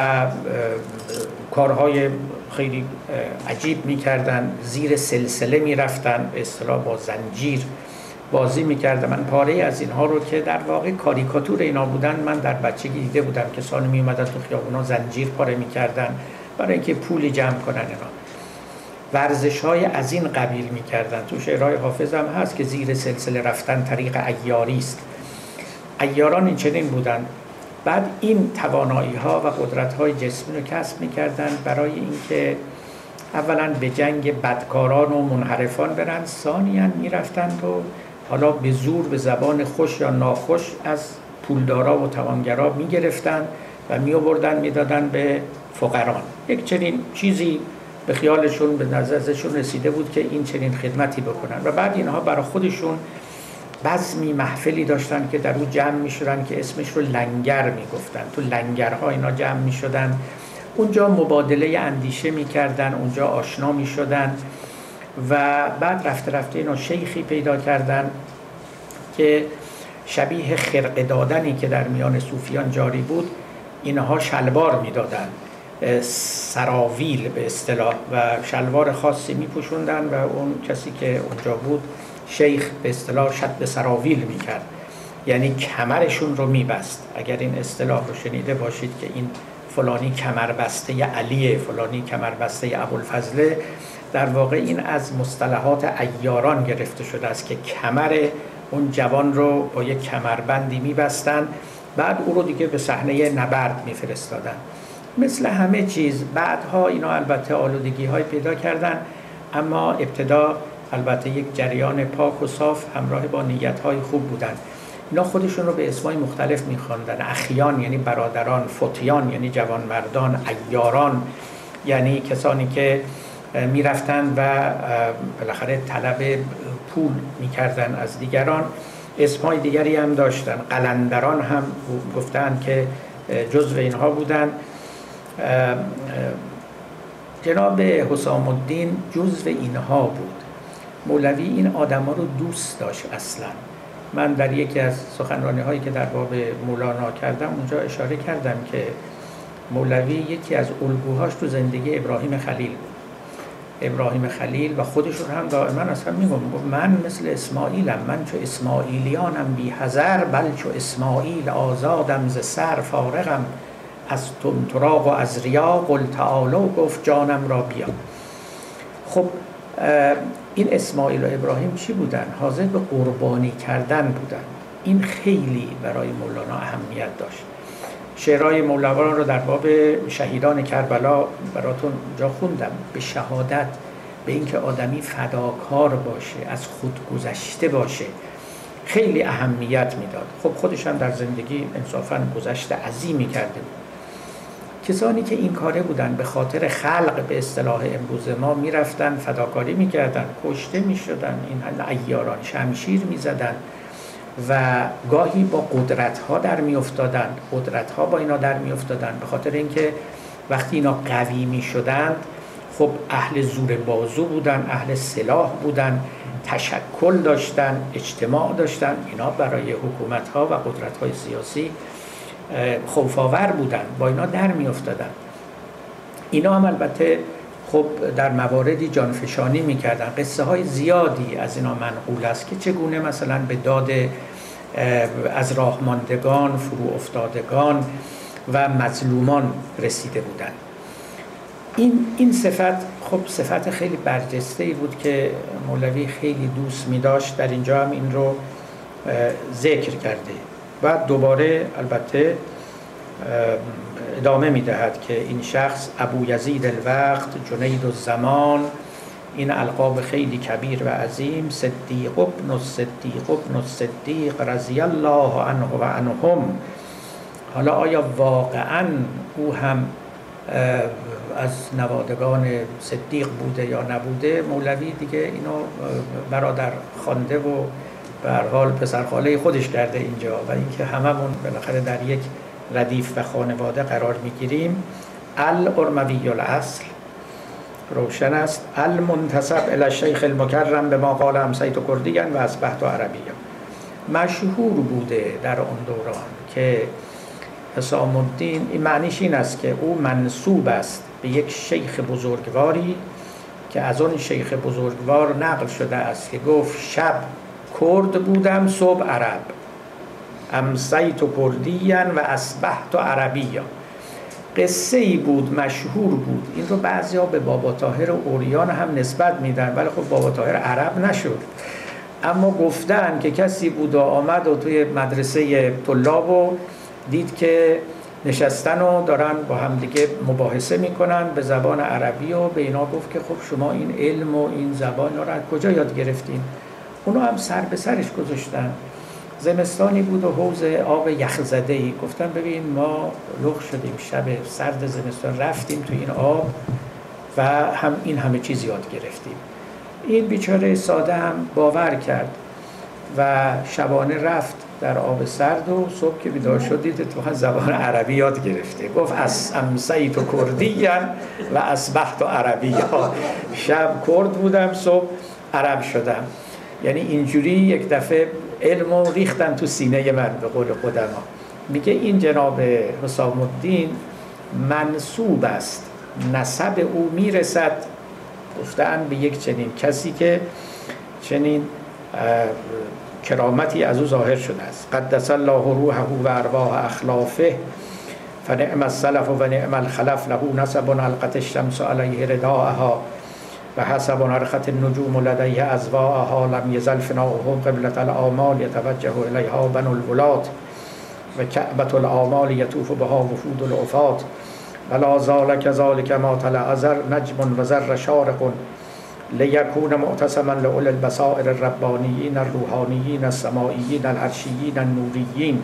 کارهای خیلی عجیب می کردن. زیر سلسله می رفتن، به اصطلاح با زنجیر بازی میکرده. من پاره از اینها رو که در واقع کاریکاتور اینا بودن من در بچگی دیده بودم. کسانی می اومدن تو خیابونا زنجیر پاره میکردن برای اینکه پولی جمع کنن. اینا ورزش های از این قبیل میکردن. تو شعرهای حافظ هم هست که زیر سلسله رفتن طریق عیاری است. عیاران این چنین بودن. بعد این توانایی ها و قدرت های جسمی رو کسب میکردن برای اینکه اولا به جنگ بدکاران و منحرفان برن، ثانیاً میرفتند و حالا به زور به زبان خوش یا ناخوش از پولدارا و توانگرا میگرفتن و میآوردن میدادن به فقران. یک چنین چیزی به خیالشون، به نظرشون رسیده بود که این چنین خدمتی بکنن و بعد اینها برای خودشون بزمی محفلی داشتن که در اون جمع میشدن که اسمش رو لنگر میگفتن. تو لنگرها اینا جمع میشدن، اونجا مبادله اندیشه میکردن، اونجا آشنا میشدن و بعد رفته رفته اینا شیخی پیدا کردن که شبیه خرقه دادنی که در میان صوفیان جاری بود، اینها شلوار میدادن، سراویل به اصطلاح، و شلوار خاصی میپوشوندن و اون کسی که اونجا بود شیخ به اصطلاح شد سراویل میکرد، یعنی کمرشون رو میبست. اگر این اصطلاح رو شنیده باشید که این فلانی کمربسته علیه، فلانی کمربسته ابوالفضله، در واقع این از مصطلحات عیاران گرفته شده است که کمر اون جوان رو با یک کمربندی میبستن، بعد او رو دیگه به صحنه نبرد میفرستادن. مثل همه چیز بعدها اینا البته آلودگی های پیدا کردن، اما ابتدا البته یک جریان پاک و صاف همراه با نیت های خوب بودن. اینا خودشون رو به اسمای مختلف میخواندن. اخیان یعنی برادران، فتیان یعنی جوانمردان، عیاران یعنی کسانی که میرفتن و بالاخره طلب پول میکردن از دیگران. اسمای دیگری هم داشتن. قلندران هم گفتن که جزو اینها بودن. جناب حسام الدین جزو اینها بود. مولوی این آدم ها رو دوست داشت. اصلا من در یکی از سخنرانی هایی که در باب مولانا کردم اونجا اشاره کردم که مولوی یکی از الگوهاش تو زندگی ابراهیم خلیل بود. ابراهیم خلیل و خودش رو هم دائما اصلا میگم، من مثل اسماعیلم، من چو اسماعیلیانم بی حذر، بل چو اسماعیل آزادم ز سر، فارغم از طمطراق و از ریا، قل تعالی گفت جانم را بیا. خب این اسماعیل و ابراهیم چی بودن؟ حاضر به قربانی کردن بودن. این خیلی برای مولانا اهمیت داشت. شعرهای مولانا رو در باب شهیدان کربلا براتون جا خوندم. به شهادت، به اینکه آدمی فداکار باشه، از خود گذشته باشه، خیلی اهمیت میداد. خب خودش هم در زندگی انصافاً گذشته عظیمی کرده بود. کسانی که این کاره بودن به خاطر خلق به اصطلاح امروز ما میرفتن فداکاری میکردن، کشته میشدن، این عیاران شمشیر میزدن و گاهی با قدرت ها در میافتادن، قدرت ها با اینا در میافتادن، به خاطر اینکه وقتی اینا قوی میشدند خب اهل زور بازو بودن، اهل سلاح بودن، تشکل داشتن، اجتماع داشتن، اینا برای حکومت ها و قدرت های سیاسی خوف‌آور بودن، با اینا در می افتادن. اینا هم البته خب در مواردی جانفشانی می کردن. قصه های زیادی از اینا منقول است که چگونه مثلا به داد از راه ماندگان، فرو افتادگان و مظلومان رسیده بودن. این این صفت خب صفت خیلی برجسته‌ای بود که مولوی خیلی دوست می داشت. در اینجا هم این رو ذکر کرده و دوباره البته ادامه می دهد که این شخص ابو یزید الوقت، جنید الزمان، این القاب خیلی کبیر و عظیم، صدیق ابن الصدیق ابن الصدیق رضی الله عنه و عنهم. حالا آیا واقعا او هم از نوادگان صدیق بوده یا نبوده؟ مولوی دیگه اینو برادر خوانده و به هر حال پسرخاله خودش کرده اینجا و اینکه هممون بالاخره در یک ردیف و خانواده قرار میگیریم. الارموی الاصل روشن است، المنتسب الی الشیخ المکرم به ما قال امسیت کردیا و اصبحت عربیا. مشهور بوده در اون دوران که حسام الدین، این معنیش این است که او منسوب است به یک شیخ بزرگواری که از اون شیخ بزرگوار نقل شده است که گفت شب کرد بودم صبح عرب، امسیت کردیا و اصبحت عربیا. قصه ای بود، مشهور بود. این رو بعضی ها به بابا طاهر اوریان هم نسبت میدن، ولی خب بابا طاهر عرب نشد، اما گفتن که کسی بود و آمد و توی مدرسه طلاب و دید که نشستن و دارن با هم دیگه مباحثه میکنن به زبان عربی و به اینا گفت که خب شما این علم و این زبان رو از کجا یاد گرفتین؟ اونو هم سر به سرش گذاشتن. زمستانی بود و حوض آب یخزده‌ای، گفتن ببین ما لخ شدیم، شب سرد زمستان رفتیم تو این آب و هم این همه چیز یاد گرفتیم. این بیچاره ساده هم باور کرد و شبانه رفت در آب سرد و صبح که بیدار شد دید تو زبان عربی یاد گرفته. گفت از امسیت کردیا و اصبحت عربیا، شب کرد بودم صبح عرب شدم. یعنی اینجوری یک دفعه علمو ریختن تو سینه من به قول قدما. میگه این جناب حسام الدین منسوب است، نسب او میرسد گفتن به یک چنین کسی که چنین کرامتی از او ظاهر شده است. قدس الله روحه و ارواح اخلافه فنعم السلف و نعم الخلف، له نسب القت الشمس علیه رداءها و حسب نرخت النجوم لدیه ازواءها، لم یزل فناؤه قبلة الآمال یتوجه الیها بنو الولات و کعبة الآمال یطوف بها وفود العفات، ولا زال كذلك ما طلع ازر نجم و زر شارق لیکون معتصما لأولی البصائر الربانیین الروحانیین السمائیین العرشیین النوریین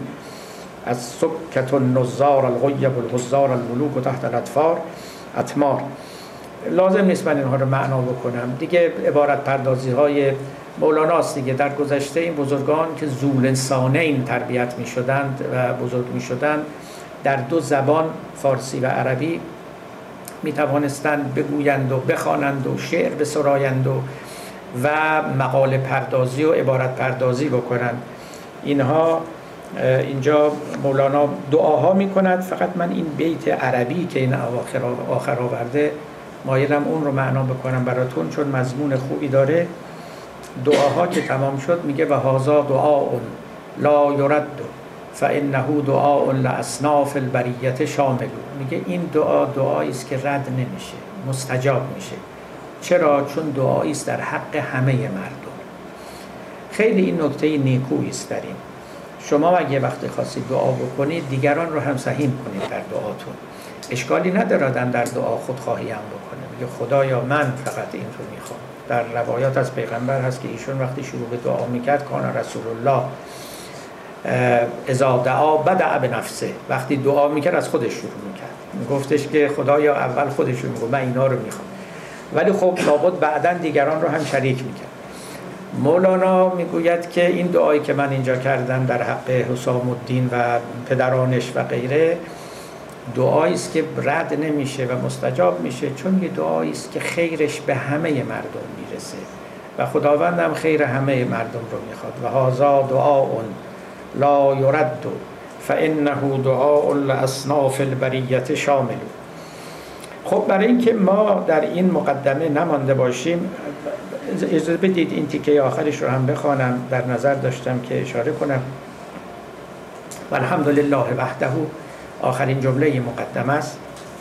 السکة النزار الغیب الغزار الملوک تحت الاطفار اتمار. لازم نیست من اینها رو معنا بکنم دیگه، عبارت پردازی های مولاناست دیگه. در گذشته این بزرگان که ذواللسانین تربیت می شدند و بزرگ می شدند در دو زبان فارسی و عربی می توانستند بگویند و بخوانند و شعر بسرایند و و مقاله پردازی و عبارت پردازی بکنند. اینها اینجا مولانا دعاها می کند. فقط من این بیت عربی که این آخر, آخر آورده مایلم اون رو معنا بکنم براتون چون مضمون خوبی داره. دعاها که تمام شد میگه و هذا دعاء لا یرد فانه دعاء لاصناف البریه شامل. میگه این دعا دعایی است که رد نمیشه، مستجاب میشه. چرا؟ چون دعایی است در حق همه مردم. خیلی این نکته نیکویی است در این. شما اگه وقتی خواستید دعا بکنید دیگران رو هم سهیم کنید در دعاتون. اشکالی ندارن در دعا خودخواهی هم بکنه. میگه خدایا من فقط این رو میخوام. در روایات از پیغمبر هست که ایشون وقتی شروع به دعا میکرد کان رسول الله اذا دعا بدأ بنفسه، وقتی دعا میکرد از خودش شروع میکرد، گفتش که خدایا اول خودش رو میگه من اینا رو میخوام، ولی خب لابد بعداً دیگران رو هم شریک میکرد. مولانا میگوید که این دعایی که من اینجا کردم در حق حسام الدین و پدرانش و غیره، دعایی است که رد نمیشه و مستجاب میشه، چون یه دعایی است که خیرش به همه مردم میرسه و خداوند هم خیر همه مردم رو میخواد. و هذا دعاء لا یرد فانه دعاء لاصناف البریة شامل. خب برای اینکه ما در این مقدمه نمانده باشیم، اجازه بدید این تیکه آخرش رو هم بخوانم، در نظر داشتم که اشاره کنم. و الحمدلله وحده آخرین جمله مقدمه است.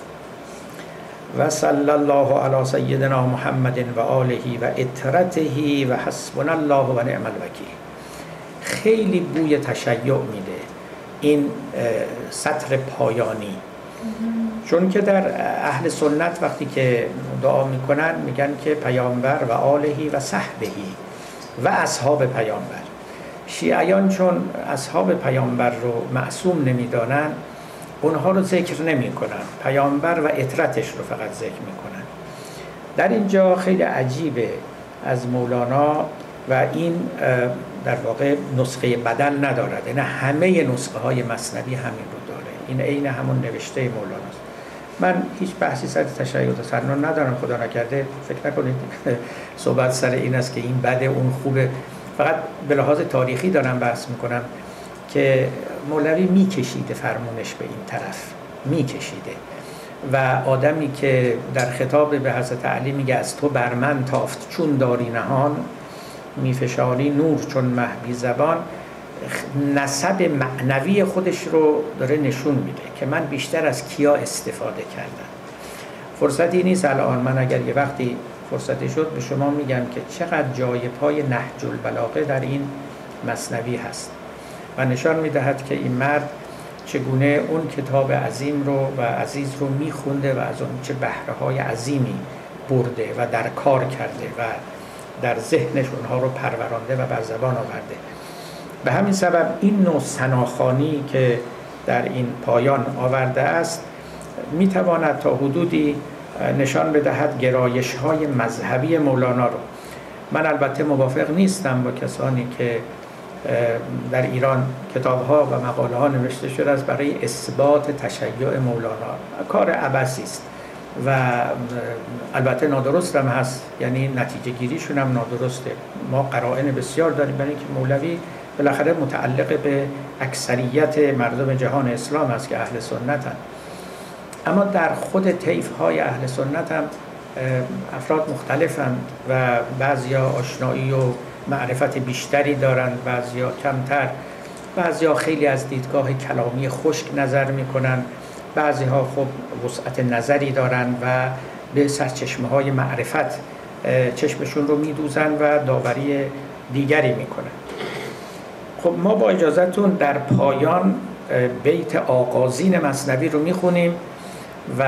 و صلی الله علی سیدنا محمد و آله و اطرته و حسبنا الله و نعم الوکیل. خیلی بوی تشیع میده این سطر پایانی، چون که در اهل سنت وقتی که دعا میکنن میگن که پیامبر و آله و صحبه و اصحاب پیامبر. شیعیان چون اصحاب پیامبر رو معصوم نمیدانن، اونها رو ذکر نمی کنن، پیامبر و اطرتش رو فقط ذکر میکنن. در اینجا خیلی عجیبه از مولانا و این در واقع نسخه بدل ندارد، یعنی همه نسخه های مثنوی همین رو داره، این عین همون نوشته مولاناست. من هیچ بحثی سر تشیع و تسنن ندارم، خدا نکرده فکر نکنید صحبت سر این است که این بده اون خوبه، فقط به لحاظ تاریخی دارم بحث میکنم که مولوی میکشیده فرمونش به این طرف، میکشیده و آدمی که در خطاب به حضرت علی میگه از تو بر من تافت چون داری نهان، میفشانی نور چون مه بی زبان، نسب معنوی خودش رو داره نشون میده که من بیشتر از کیا استفاده کردم. فرصتی نیست الان، من اگر یه وقتی فرصتی شد به شما میگم که چقدر جای پای نهج البلاغه در این مثنوی هست و نشان میدهد که این مرد چگونه اون کتاب عظیم رو و عزیز رو میخونده و از اون چه بهره‌های عظیمی برده و در کار کرده و در ذهنش اونها رو پرورانده و بر زبان آورده. به همین سبب این نوع ثناخوانی که در این پایان آورده است میتواند تا حدودی نشان بدهد گرایش‌های مذهبی مولانا رو. من البته موافق نیستم با کسانی که در ایران کتاب‌ها و مقاله‌ها نوشته شده است برای اثبات تشیع مولانا، کار عبثی است و البته نادرست هم هست، یعنی نتیجه گیریشون هم نادرسته. ما قرائن بسیار داریم برای اینکه مولوی بالاخره متعلق به اکثریت مردم جهان اسلام است که اهل سنت هستند، اما در خود طیف‌های اهل سنت هم افراد مختلفند و بعضیا آشنایی و معرفت بیشتری دارند، بعضیا کمتر، بعضیا خیلی از دیدگاه کلامی خشک نظر میکنن، بعضیها خب وسعت نظری دارند و به سرچشمه‌های معرفت چشمشون رو میدوزن و داوری دیگری میکنن. خب ما با اجازهتون در پایان بیت آغازین مثنوی رو میخونیم و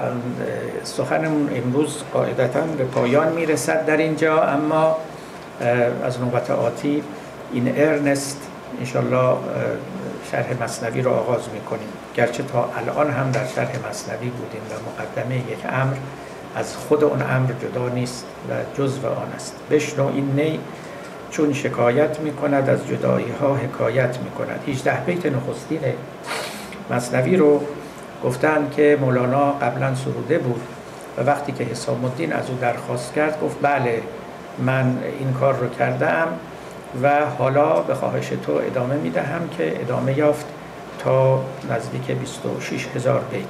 سخنمون امروز قاعدتاً به پایان میرسد در اینجا، اما از نوبت آتی این ارنست انشالله شرح مثنوی رو آغاز میکنیم، گرچه تا الان هم در شرح مثنوی بودیم و مقدمه یک امر از خود اون امر جدا نیست و جزو آن است. بشنو این نی چون شکایت میکند از جدایی ها حکایت میکند. هجده بیت نخستین مثنوی رو گفتن که مولانا قبلا سروده بود و وقتی که حسام الدین از او درخواست کرد گفت بله من این کار رو کردم و حالا به خواهش تو ادامه میدهم، که ادامه یافت تا نزدیک بیست و شش هزار بیت.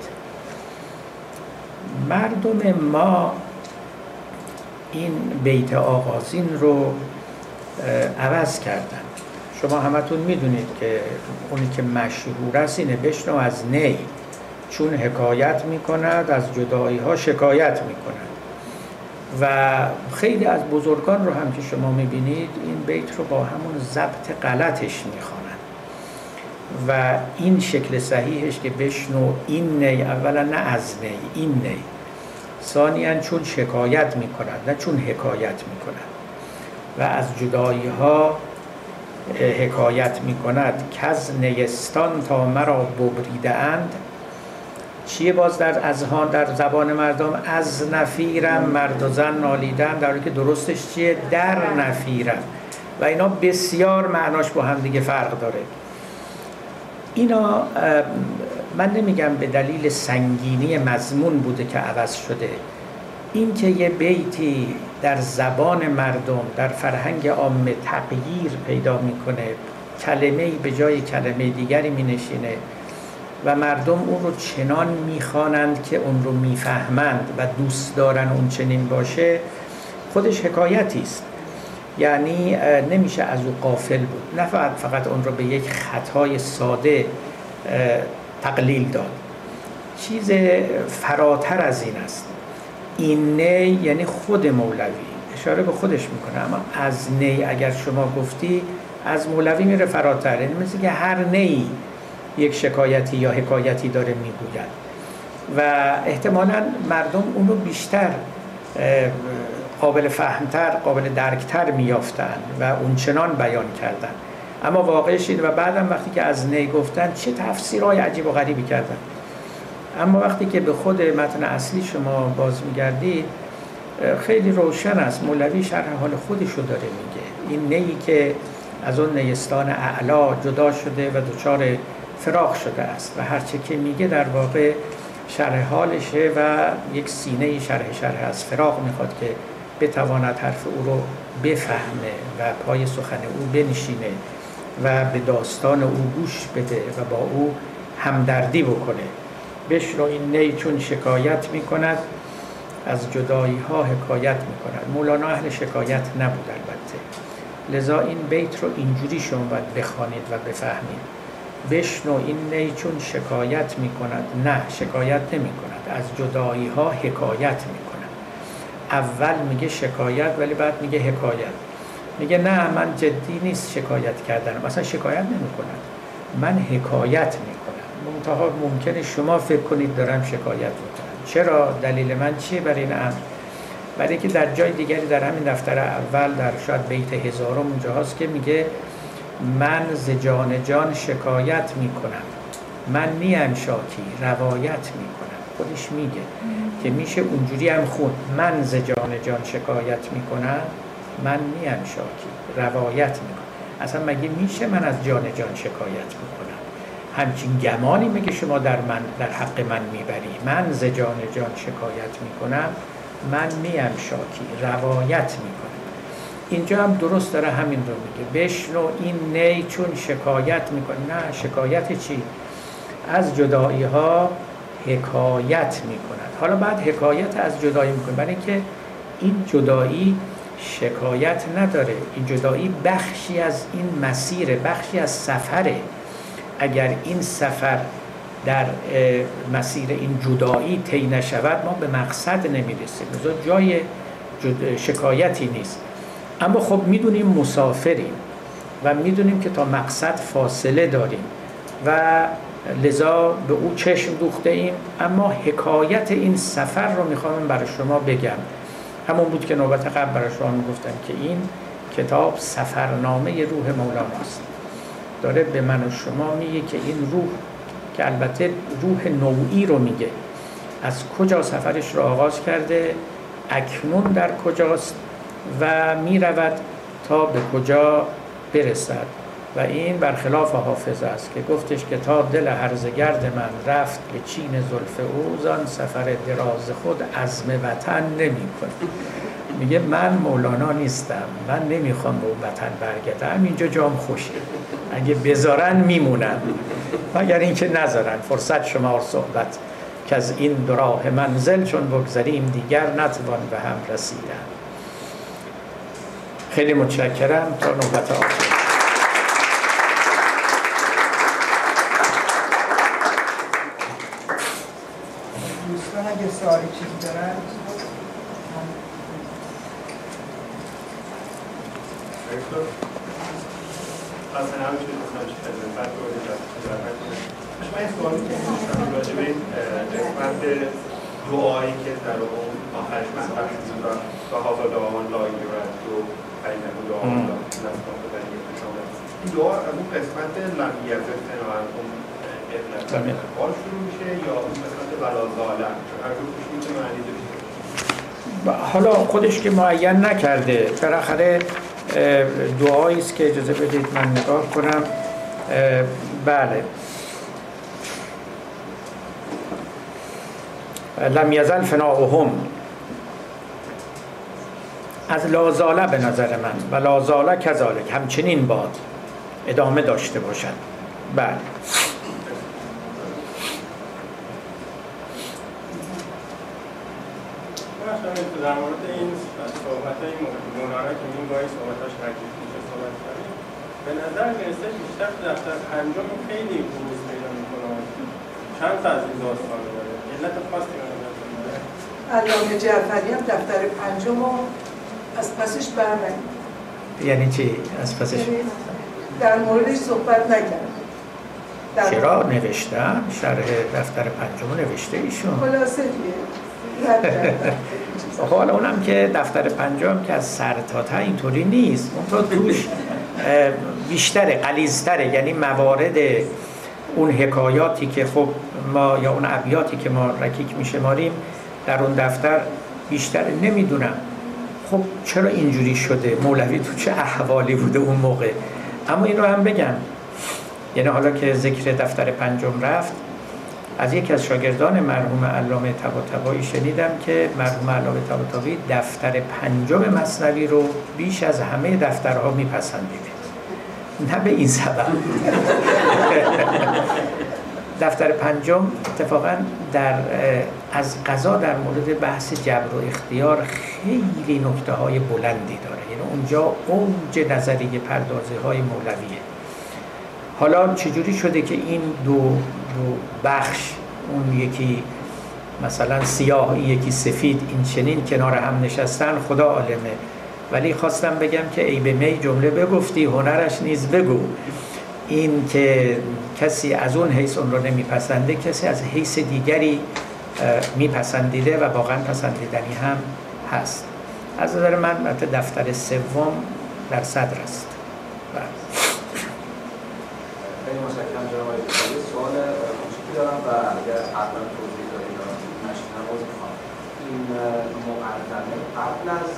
مردم ما این بیت آغازین رو عوض کردن. شما همتون میدونید که اونی که مشهور است اینه بشنو از نی چون حکایت میکند از جدایی ها شکایت میکند و خیلی از بزرگان رو هم که شما میبینید این بیت رو با همون ضبط غلطش میخوانند و این شکل صحیحش که بشنو این نی، اولا نه از نی، این نی، ثانیاً چون شکایت میکند نه چون حکایت میکند و از جدایی ها حکایت می کند که از نیستان تا مرا ببریده اند. چیه باز در اذهان در زبان مردم؟ از نفیرم مرد و زن نالیدن، در حالی که درستش چیه؟ در نفیرم. و اینا بسیار معناش با هم دیگه فرق داره. اینا من نمیگم به دلیل سنگینی مضمون بوده که عوض شده، این که یه بیتی در زبان مردم در فرهنگ عامه تغییر پیدا میکنه، کلمه‌ای به جای کلمه دیگری مینشینه و مردم اون رو چنان میخوانند که اون رو میفهمند و دوست دارن اون چنین باشه، خودش حکایتی است. یعنی نمیشه از او غافل بود، نه فقط, فقط اون رو به یک خطای ساده تقلیل داد. چیز فراتر از این است. این نی یعنی خود مولوی اشاره به خودش میکنه، اما از نی اگر شما گفتی از مولوی میره فراتر، یعنی مثل که هر نی یک شکایتی یا حکایتی داره میگوید و احتمالاً مردم اون رو بیشتر قابل فهمتر، قابل درکتر میافتن و اون چنان بیان کردن. اما واقعش اینه و بعدم وقتی که از نی گفتن چه تفسیرهای عجیب و غریبی کردن. اما وقتی که به خود متن اصلی شما باز میگردید خیلی روشن است. مولوی شرح حال خودش رو داره میگه. این نیی که از اون نیستان اعلا جدا شده و دچار فراق شده است و هرچه که میگه در واقع شرح حالشه و یک سینه شرح شرح از فراق میخواد که بتواند حرف او رو بفهمه و پای سخن او بنشینه و به داستان او گوش بده و با او همدردی بکنه. بشنو این نی چون شکایت میکند، از جدایی ها حکایت میکند. مولانا اهل شکایت نبود البته، لذا این بیت رو اینجوری شما باید بخوانید و بفهمید. بشنو این نی چون شکایت میکند، نه شکایت نمیکند، از جدایی ها حکایت میکند. اول میگه شکایت ولی بعد میگه حکایت. میگه نه من جدی نیست شکایت کردنم، اصلا شکایت نمیکنم، من حکایت میکنم. منتها ممکنه شما فکر کنید دارم شکایت میکنم. چرا؟ دلیل من چیه برای این امر؟ برای که در جای دیگری در همین دفتر اول در شاید بیت هزارم اونجا هست که میگه من ز جان جان شکایت میکنم، من نیم شاکی روایت میکنم. خودش میگه که میشه اونجوری هم خود من ز جان جان شکایت میکنم، من نیم شاکی روایت میکنم. اصلا مگه میشه من از جان جان شکایت میکنم؟ همچین گمانی میگه شما در من در حق من میبری. من ز جان جان شکایت میکنم، من نیم شاکی روایت میکنم. اینجا هم درست داره همین رو میگه. بشنو این نی چون شکایت میکنه. نه شکایت چی؟ از جدایی ها حکایت میکند. حالا بعد حکایت از جدایی میکنه، برای اینکه این جدایی شکایت نداره، این جدایی بخشی از این مسیر، بخشی از سفره. اگر این سفر در مسیر این جدایی طی نشود ما به مقصد نمیرسیم، لذا جای شکایتی نیست. اما خب میدونیم مسافریم و میدونیم که تا مقصد فاصله داریم و لذا به او چشم دوخته ایم. اما حکایت این سفر رو میخوام برای شما بگم. همون بود که نوبت قبل برای شما میگفتم که این کتاب سفرنامه روح مولاناست. داره به من و شما میگه که این روح، که البته روح نوعی رو میگه، از کجا سفرش رو آغاز کرده، اکنون در کجاست و میرود تا به کجا برسد. و این برخلاف حافظ است که گفتش که تا دل هرزگرد من رفت به چین زلف او، زان سفر دراز خود عزم وطن نمی کنم. میگه من مولانا نیستم، من نمیخوام به اون وطن برگردم، اینجا جام خوشه، اگه بذارن میمونم، مگر اینکه نذارن. فرصت شما صحبت که از این دو راه منزل چون بگذریم دیگر نتوان به هم رسیدن. خیلی متشکرم. تا نوبت آخر. دوستان اگه سوالی چیزی دارن اصلا همه چیز میکنم چه خدمت رو بودید من این سوالی که میشتم راجع به قسمت دعایی که در اون آخرش مثلا شدن و حاضر دعامان لایی رد و قیمت دعامان لایی نستان به دلیل شما این دعا از اون قسمت لم یزل فناعنهم اغلب باز شروع میشه یا اون قسمت ولا ظالم هر دو توش میتونه معنی داشته؟ حالا خودش که معین نکرده، بالاخره دعایی است که اجازه بدید من نگاه کنم. بله، لم یزل فناؤهم از لازاله به نظر من و لازاله کذالک همچنین باد ادامه داشته باشد. بله در مورد این صحبت‌های مولانا که این گاهی صحبتاش حقیقی میشه صحبت کردیم، به نظر میرسه بیشتر دفتر پنجم خیلی بروز پیدا میکنه. چند تا از این داستان داره، علت خاصی به نظر میاد. علامه جعفری هم دفتر پنجم رو از پسش برنگید. یعنی چی از پسش؟ در موردش صحبت نکرد. چرا نوشتن؟ شرح دفتر پنجم نوشته ایشون. خلاصه دیگه. حالا اونم که دفتر پنجم که از سر تا ته اینطوری نیست، اون تو توش بیشتره، غلیظ‌تره، یعنی موارد اون حکایاتی که خب ما یا اون ابیاتی که ما رکیک میشماریم در اون دفتر بیشتره. نمیدونم خب چرا اینجوری شده، مولوی تو چه احوالی بوده اون موقع. اما این رو هم بگم، یعنی حالا که ذکر دفتر پنجم رفت، از یکی از شاگردان مرحوم علامه طباطبایی شنیدم که مرحوم علامه طباطبایی دفتر پنجم مثنوی رو بیش از همه دفترها میپسندیده. نه به این سبب. دفتر پنجم اتفاقا در از قضا در مورد بحث جبر و اختیار خیلی نکته های بلندی داره، یعنی اونجا اوج نظریه پردازی های مولویه. حالا چجوری شده که این دو, دو بخش، اون یکی مثلا سیاه یکی سفید، این چنین کنار هم نشستن، خدا عالمه. ولی خواستم بگم که ای به می جمله بگفتی هنرش نیز بگو. این که کسی از اون حیث اون رو نمیپسنده، کسی از حیث دیگری میپسندیده و واقعا پسندیدنی هم هست. از نظر من دفتر سوم در صدر است. خیلی متشکرم جناب آقای دکتر. سوال کوچیکی دارم و اگر حتما توضیح دارید نشینم عذر می‌خوام. این مقدمه قبل از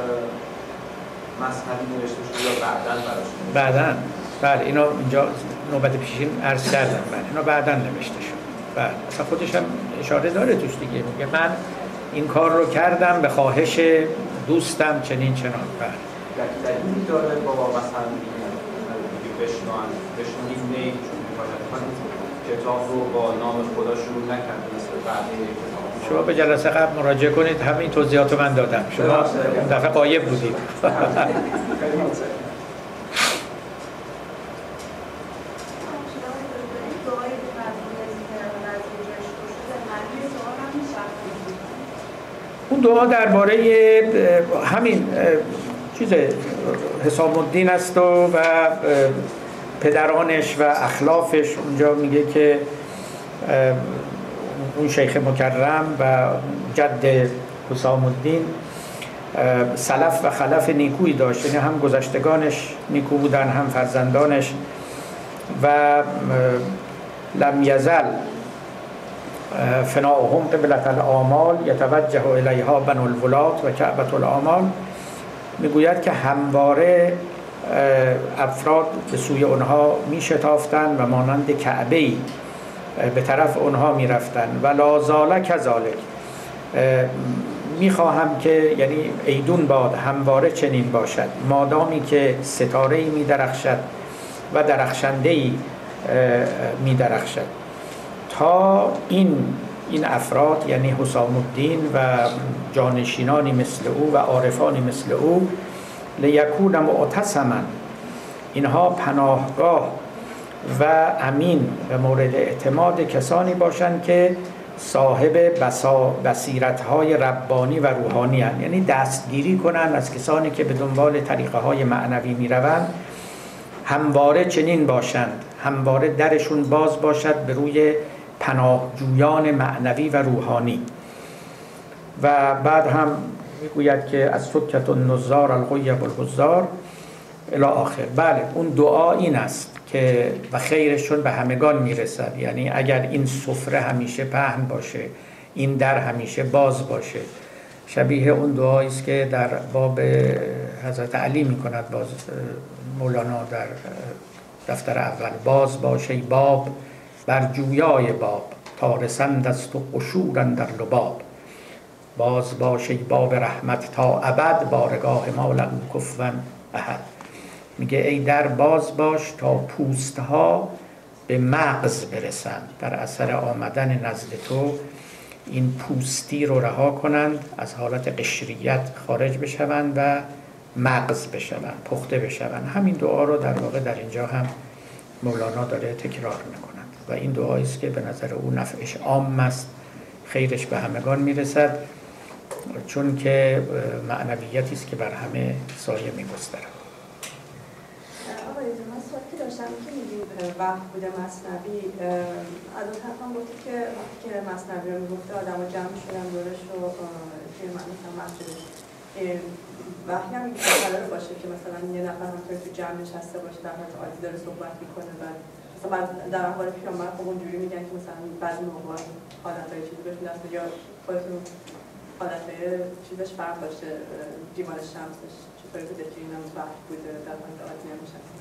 مثنوی نوشته شده یا بعداً براش نوشته؟ بعداً. بله اینو اینجا نوبت پیشین عرض کردم. بله اینو بعداً نوشته شد. بله اصلا خودش هم اشاره داره توش دیگه، میگه من این کار رو کردم به خواهش دوستم چنین چنان. بله دلیلی داره با مثلا بشنوان بشنوید نیل چون می‌خواید من کتاب رو با نام خدا شروع نکردم مثل بقیه کتاب. شما به جلسه قبل مراجعه کنید، همین توضیحات رو من دادم، شما دفعه غایب بودید. اون دعا درباره همین چیز حسام الدین است و, و پدرانش و اخلافش. اونجا میگه که اون شیخ مکرم و جد حسام الدین سلف و خلف نیکویی داشت، یعنی هم گذشتگانش نیکو بودن هم فرزندانش. و لم یزل فناؤهم قبلة الآمال یتوجه الیها بنو الولات و کعبة الآمال. میگوید که همواره افراد به سوی اونها میشتافتند و مانند کعبه‌ای به طرف اونها میرفتند. و لازاله کذالک، میخواهم که یعنی ایدون باد همواره چنین باشد، مادامی که ستاره‌ای میدرخشد و درخشنده‌ای میدرخشد، تا این این افراد یعنی حسام الدین و جانشینانی مثل او و عارفانی مثل او لیکون معتصما، اینها پناهگاه و امین و مورد اعتماد کسانی باشند که صاحب بصیرت‌های ربانی و روحانی هستند، یعنی دستگیری کنند از کسانی که به دنبال طریقه های معنوی می روند. همواره چنین باشند، همواره درشون باز باشد به روی پناهجویان معنوی و روحانی. و بعد هم میگوید که از سکت النزار الغیب الحضار، الی آخر. بله اون دعا این است که و خیرشون به همگان میرسد، یعنی اگر این سفره همیشه پهن باشه، این در همیشه باز باشه، شبیه اون دعایی است که در باب حضرت علی میکند باز مولانا در دفتر اول: باز باشه باب بر جویای باب، تا رسند از تو قشورن در لباب. باز باشه باب رحمت تا ابد، بارگاه ما لهو کفوا احد. میگه ای در باز باش تا پوستها به مغز برسند، در اثر آمدن نزد تو این پوستی رو رها کنند، از حالت قشریت خارج بشوند و مغز بشوند، پخته بشوند. همین دعا رو در واقع در اینجا هم مولانا داره تکرار میکنند و این دعایی است که به نظر او نفعش عام است، خیرش به همگان میرسد، چون که معنویتی است که بر همه سایه میگسترد. آقای من سوالی داشتم که میگید وقت بوده مثنوی، از اون طرف هم گفتید که وقتی که مثنوی رو میگفته آدم ها جمع شدن دورش رو که مثلا مسجدش وقتی هم میگید قرار باشه که مثلا یه نفر همطوری تو جمع نشسته باشه در حالت عادی داره صحبت میکنه و مثلا در احوال پیامبر خب اونجوری میگن که مثلا بعضی موقع حالتهای چیزی بهش میدست یا خودتون حالتهای چیزش فرق داشته، دیوان شمسش چطوری بوده که این هم وقت بوده در حالت عادی هم نشسته.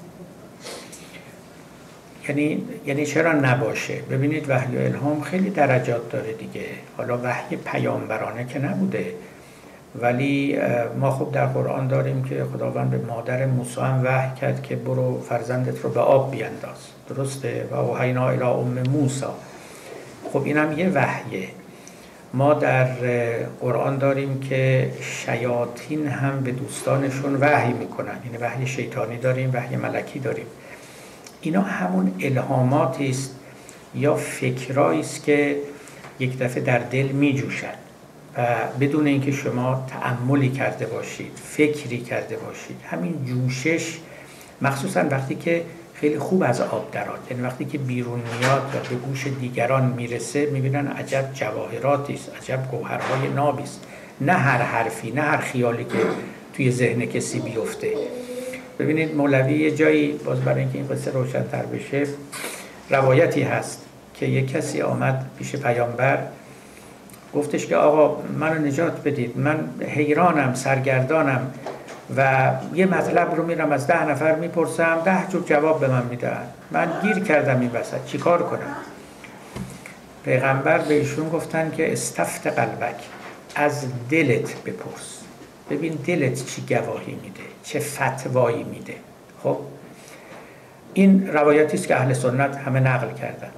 یعنی یعنی چرا نباشه؟ ببینید وحی و الهام خیلی درجات داره دیگه. حالا وحی پیامبرانه که نبوده، ولی ما خب در قرآن داریم که خداوند به مادر موسی هم وحی کرد که برو فرزندت رو به آب بینداز، درسته؟ و اوحینا الی ام موسی. خب این هم یه وحیه. ما در قرآن داریم که شیاطین هم به دوستانشون وحی میکنن، یعنی وحی شیطانی داریم، وحی ملکی داریم. اینا همون الهاماتی است یا فکرایی است که یک دفعه در دل میجوشد و بدون اینکه شما تأملی کرده باشید، فکری کرده باشید، همین جوشش مخصوصا وقتی که خیلی خوب از آب درآد، یعنی وقتی که بیرون میاد و به گوش دیگران میرسه میبینن عجب جواهراتی است، عجب گوهرهای نابی است، نه هر حرفی، نه هر خیالی که توی ذهن کسی بیفته. ببینید مولوی یه جایی، باز برای اینکه این قصه روشن‌تر بشه، روایتی هست که یک کسی آمد پیش پیامبر گفتش که آقا منو نجات بدید، من حیرانم، سرگردانم و یه مطلب رو میرم از ده نفر میپرسم، ده جور جواب به من میدن، من گیر کردم این وسط، چی کار کنم؟ پیغمبر به ایشون گفتن که استفت قلبک، از دلت بپرس، ببین دلت چی گواهی میده، چه فتوایی میده. خب این روایتی است که اهل سنت همه نقل کردن.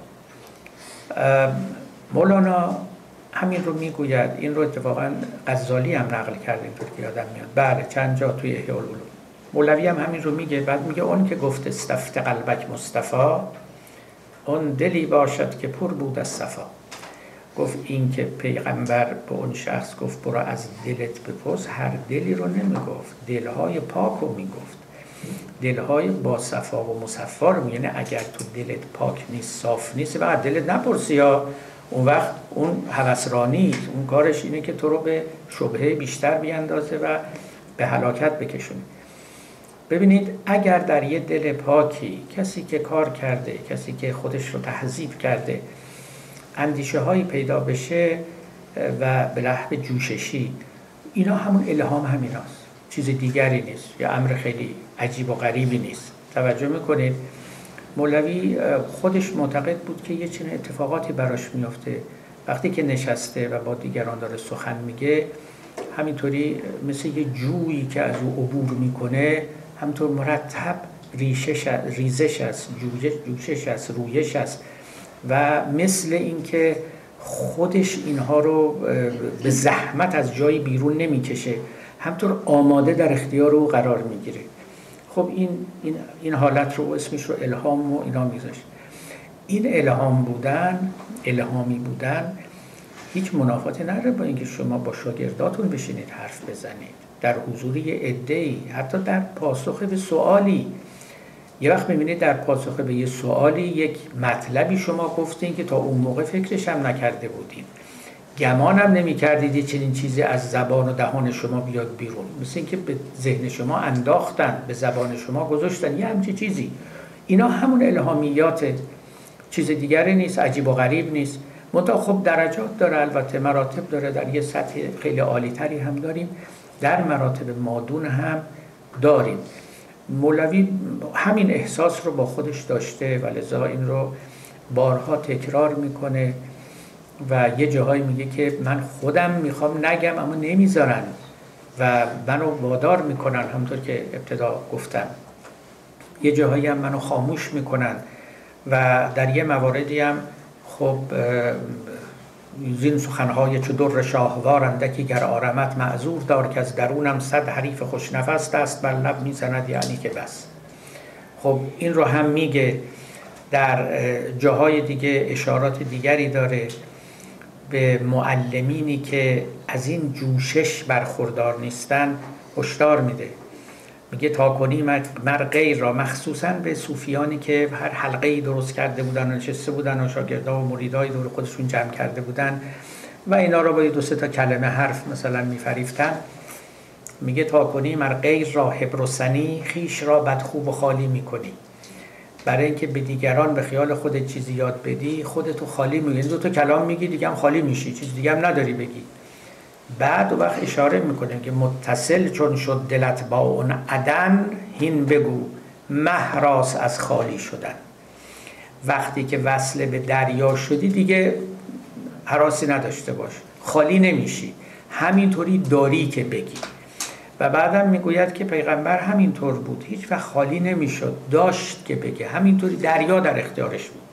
مولانا همین رو میگوید، این رو اتفاقا غزالی هم نقل کرد اینطور که یادم میاد، بله چند جا توی احیاء العلوم. مولوی هم همین رو میگه، بعد میگه اون که گفت استفت قلبک مصطفی، اون دلی باشد که پر بود از صفا. گفت این که پیغمبر به اون شخص گفت برو از دلت بپرس، هر دلی رو نمیگفت، دلهای پاک رو میگفت، دلهای با صفا و مصفا رو. یعنی اگر تو دلت پاک نیست، صاف نیست، بعد دلت نپرسی، یا اون وقت اون هوسرانی، اون کارش اینه که تو رو به شبهه بیشتر بیاندازه و به هلاکت بکشونه. ببینید اگر در یه دل پاکی کسی که کار کرده، کسی که خودش رو تهذیب کرده، اندیشه هایی پیدا بشه و به لحو جوششی، اینا همون الهام همیناست، چیز دیگری نیست، یا امر خیلی عجیب و غریبی نیست. توجه میکنید مولوی خودش معتقد بود که یه چنین اتفاقاتی براش میفته وقتی که نشسته و با دیگران داره سخن میگه، همینطوری مثل یه جویی که از او عبور میکنه، همینطور مرتب ریشش ریزش است، جوشش است، رویش است و مثل اینکه خودش اینها رو به زحمت از جایی بیرون نمیکشه، همینطور آماده در اختیار او قرار میگیره. خب این این این حالت رو اسمش رو الهام و اینا میذاشت. این الهام بودن، الهامی بودن هیچ منافاتی نداره با اینکه شما با شاگرداتون بشینید حرف بزنید در حضور یه عده‌ای، حتی در پاسخ به سوالی. یه وقت می‌بینید در پاسخ به یه سوالی یک مطلبی شما گفتین که تا اون موقع فکرش هم نکرده بودین، گمانم نمی کردید یه چنین چیزی از زبان و دهان شما بیاد بیرون. مثل اینکه به ذهن شما انداختن، به زبان شما گذاشتن یه همچین چیزی. اینا همون الهامیات، چیز دیگری نیست، عجیب و غریب نیست. منتها خب درجات داره، البته مراتب داره، در یه سطح خیلی عالی تری هم داریم، در مراتب مادون هم داریم. مولوی همین احساس رو با خودش داشته و لذا این رو بارها تکرار میکنه و یه جاهایی میگه که من خودم میخوام نگم اما نمیذارن و منو وادار میکنن، همونطور که ابتدا گفتم. یه جاهایی هم منو خاموش میکنن و در یه مواردی هم خب زین سخنهای چو در شاهوار اندکی گر آرمت معذور دار که از درونم صد حریف خوشنفس دست بر لب میزند یعنی که بس. خب این رو هم میگه. در جاهای دیگه اشارات دیگری داره به معلمینی که از این جوشش برخوردار نیستن هشدار میده. میگه تا کنی مر غیر را، مخصوصا به صوفیانی که هر حلقه‌ای درست کرده بودن و نشسته بودن و شاگردها و مریدای دور خودشون جمع کرده بودن و اینا را با دو سه تا کلمه حرف مثلا میفریفتن. میگه تا کنی مر غیر را حبر و سنی، خویش را بدخو و خالی میکنی. برای اینکه به دیگران به خیال خودت چیزی یاد بدی، خودتو خالی میگی. دو تا کلام میگی دیگه هم خالی میشی، چیز دیگه هم نداری بگی. بعد و وقت اشاره میکنه که متصل چون شد دلت با اون عدن، هین بگو مهراس از خالی شدن. وقتی که وصل به دریا شدی دیگه هراسی نداشته باش، خالی نمیشی، همینطوری داری که بگی. و بعدم میگوید که پیغمبر همینطور بود، هیچ وقت خالی نمیشد، داشت که بگه، همینطوری دریا در اختیارش بود.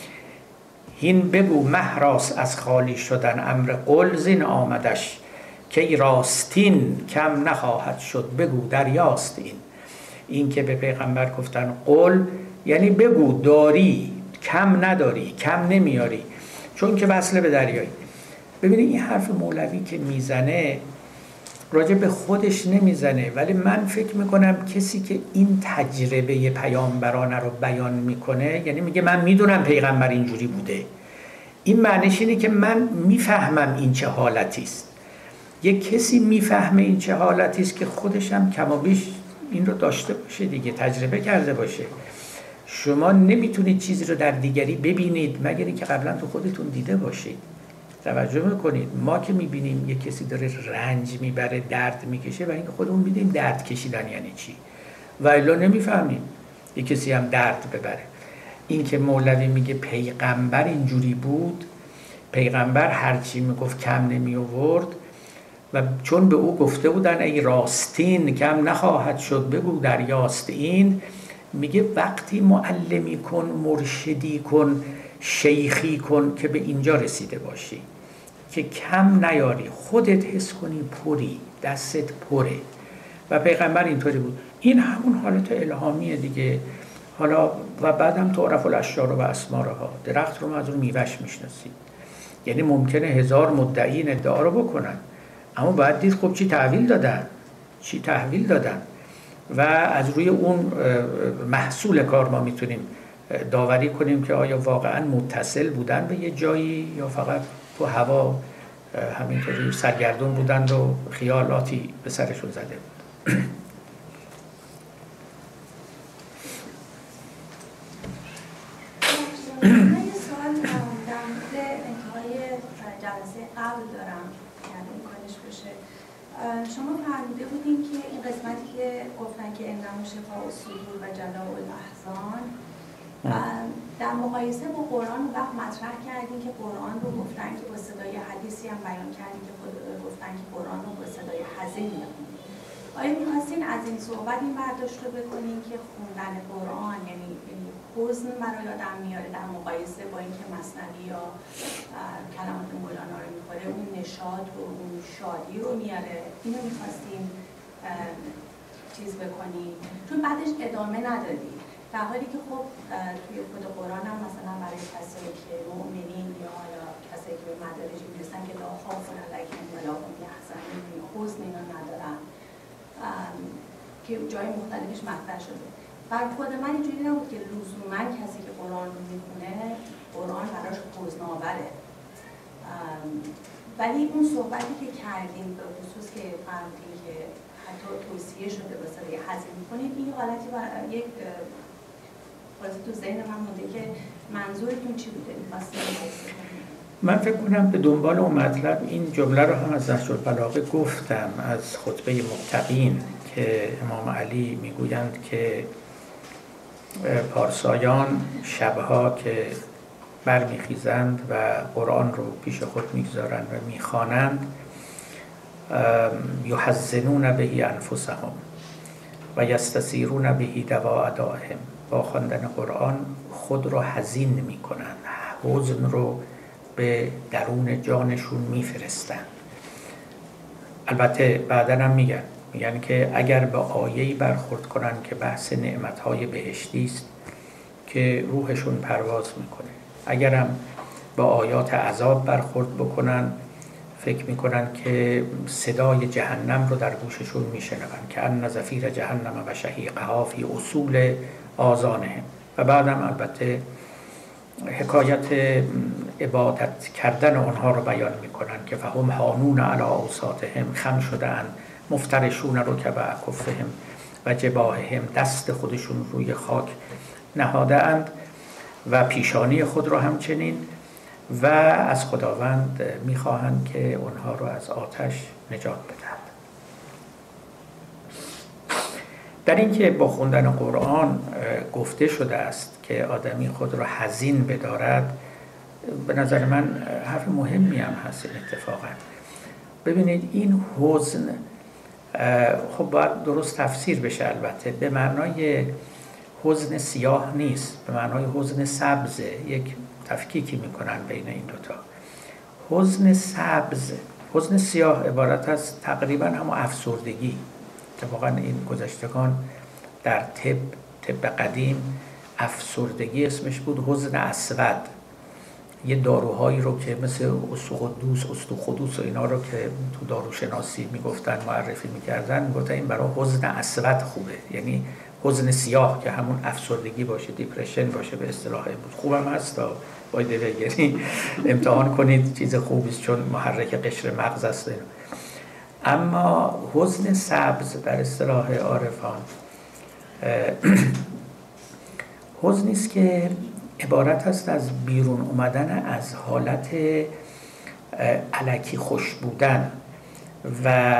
هین بگو مهراس از خالی شدن، امر قل زین آمدش که راستین کم نخواهد شد، بگو دریاست این. این که به پیغمبر گفتن قل یعنی بگو، داری، کم نداری، کم نمیاری، چون که وصل به دریایی. ببینید این حرف مولوی که میزنه راجع به خودش نمیزنه، ولی من فکر میکنم کسی که این تجربه پیامبرانه رو بیان میکنه، یعنی میگه من میدونم پیغمبر اینجوری بوده، این معنیش اینه که من میفهمم این چه حالتی است. یک کسی میفهمه این چه حالتی است که خودش هم کم و بیش این رو داشته باشه دیگه، تجربه کرده باشه. شما نمیتونید چیزی رو در دیگری ببینید مگر اینکه قبلا تو خودتون دیده باشید. توجه میکنید، ما که میبینیم یک کسی داره رنج میبره، درد میکشه، و اینکه خودمون میدیم درد کشیدن یعنی چی، و الا نمیفهمیم یک کسی هم درد ببره. این که مولوی میگه پیغمبر اینجوری بود، پیغمبر هرچی میگفت کم نمی آورد، و چون به او گفته بودن ای راستین کم نخواهد شد، بگو دریاست این. میگه وقتی معلمی کن، مرشدی کن، شیخی کن که به اینجا رسیده باشی که کم نیاری، خودت حس کنی پری، دستت پره. و پیغمبر اینطوری بود. این همون حالت الهامیه دیگه. حالا و بعدم تعرف الاشجار و اسمارها، درخت رو ما از اون میوه‌اش میشناسیم. یعنی ممکنه هزار مدعی این ادعا رو بکنن، اما باید دید خب چی تحویل دادن، چی تحویل دادن، و از روی اون محصول کار ما میتونیم داوری کنیم که آیا واقعا متصل بودن به یه جایی یا فقط تو هوا همینطوری سرگردون بودند و خیالاتی به سرشون زده بود. من یه سوال در مورد انتهای جلسه قبل دارم که امکانش بشه. شما فرموده بودین که این قسمتی که گفتن که انما شفاء الصدور و جلاء الاحزان، در مقایسه با قرآن وقت مطرح کردین که قرآن رو گفتن که با صدای حدیثی هم بیان کردین که گفتن که قرآن رو با صدای حزین میخونید. آیا میخواستین از این صحبت این برداشت رو بکنین که خوندن قرآن یعنی حزن مرا یادم میاره در مقایسه با اینکه مثنوی یا کلمات مولانا رو میخوره، اون نشاط و اون شادی رو میاره، اینو میخواستین چیز بکنین؟ چون بعدش ادامه ندادی، در حالی که خب توی خود قرآن هم مثلا برای کسایی که مؤمنین یا حالا کسایی که به مدارج میرسن که لا خوف علیهم ولا هم یحزنون، حزن اینا ندارن، که جای مختلفش مطرح شده. بر خود من اینجوری نبود که لزوما کسی که قرآن رو میخونه قرآن براش حزن آوره. ولی اون صحبتی که کردیم به خصوص که فرمودین که حتی توصیه شده به صدای حذف می‌کنید، این حالتی و یک خلاصه تو ذهن من مونده که منظورتون چی بوده؟ من فکر کنم به دنبال اون مطلب این جمله رو هم از نهج البلاغه گفتم از خطبه متقین که امام علی میگویند که پارسایان شبها که برمیخیزند و قرآن رو پیش خود میگذارند و میخوانند یحزنون به انفسهم و یستثیرون به دواء دائهم، با خواندن قرآن خود رو حزین میکنند، حزن رو به درون جانشون میفرستند. البته بعداً هم میگن میگن که اگر به آیه‌ای برخورد کنن که بحث نعمت‌های بهشتی است که روحشون پرواز میکنه، اگرم با آیات عذاب برخورد بکنن فکر میکنن که صدای جهنم رو در گوششون میشنون که ان زفیر جهنم و شهیقها فی اصول آذانهم. و بعدم البته حکایت عبادت کردن اونها رو بیان میکنن که فهم حانون علی اوساطهم، خم شدن مفترشون رو که به کفهم و جباههم، دست خودشون روی خاک نهاده اند و پیشانی خود رو همچنین، و از خداوند میخواهند که اونها رو از آتش نجات بدهد. در این که با خوندن قرآن گفته شده است که آدمی خود را حزین بدارد، به نظر من حرف مهمی هم هست این اتفاقا. ببینید این حزن خب باید درست تفسیر بشه، البته به معنای حزن سیاه نیست، به معنای حزن سبزه. یک تفکیکی میکنن بین این دوتا. حزن سبز، حزن سیاه عبارت از تقریبا همون افسردگی. اتفاقا این گذشتگان در طب طب قدیم افسردگی اسمش بود حزن اسود. یه داروهایی رو که مثل استوخدوس استوخدوس و اینا رو که تو داروشناسی میگفتن معرفی میکردن، میگفتن این برای حزن اسود خوبه، یعنی حزن سیاه که همون افسردگی باشه، دیپرشن باشه به اصطلاح بود. خوبم هست تا باید یعنی امتحان کنید، چیز خوبیست چون محرک قشر مغز است. اما حزن سبز در اصطلاح عارفان حزنی است که عبارت است از بیرون اومدن از حالت الکی خوش بودن و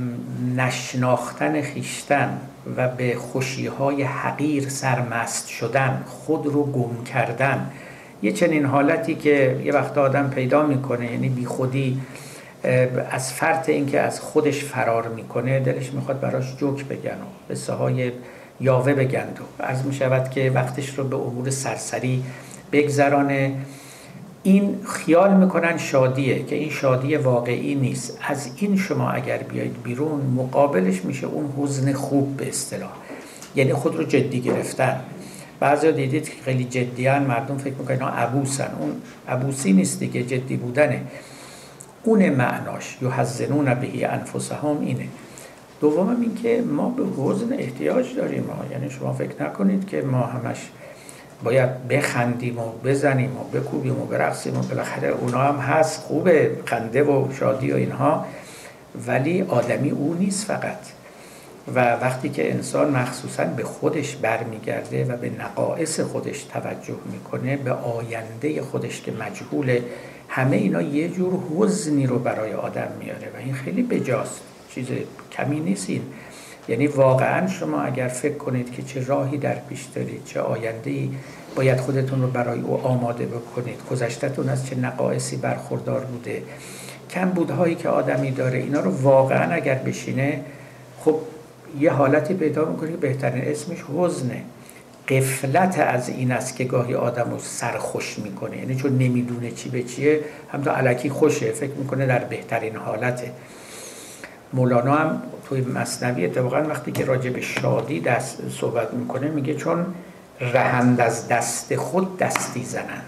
نشناختن خیشتن و به خوشی‌های حقیر سرمست شدن، خود رو گم کردن. یه چنین حالتی که یه وقت آدم پیدا میکنه، یعنی بی خودی از فرط اینکه از خودش فرار میکنه دلش میخواد براش جوک بگن و قصه های یاوه بگن و عرض میشود که وقتش رو به امور سرسری بگذرانه. این خیال میکنن شادیه که این شادی واقعی نیست. از این شما اگر بیایید بیرون مقابلش میشه اون حزن خوب به اصطلاح، یعنی خود رو جدی گرفتن. بعضیا دیدید که خیلی جدیان، مردم فکر میکنن اینا عبوسن. اون عبوسی نیست دیگه، جدی بودنه. اون معناش یحزنون به انفسهم اینه. دومم این که ما به حزن احتیاج داریم ها. یعنی شما فکر نکنید که ما همش باید بخندیم و بزنیم و بکوبیم و برقصیم و بالاخره اونا هم هست، خوبه خنده و شادی و اینها، ولی آدمی او نیست فقط. و وقتی که انسان مخصوصاً به خودش برمیگرده و به نقائص خودش توجه میکنه، به آینده خودش که مجهوله، همه اینا یه جور حزنی رو برای آدم میاره و این خیلی بجاست، چیز کمی نیست این. یعنی واقعاً شما اگر فکر کنید که چه راهی در پیش دارید، چه آینده‌ای باید خودتون رو برای او آماده بکنید، گذشته‌تون از چه نقائصی برخوردار بوده، کمبودهایی که آدمی داره، اینا رو واقعاً اگر بشینه، خب یه حالتی پیدا میکنه که بهترین اسمش حزنه. غفلت از این است که گاهی آدم رو سرخوش میکنه، یعنی چون نمیدونه چی به چیه همتا الکی خوشه، فکر میکنه در بهترین حالته. مولانا هم توی مثنوی اتفاقا وقتی که راجع به شادی دست صحبت میکنه میگه چون رهند از دست خود دستی زنند.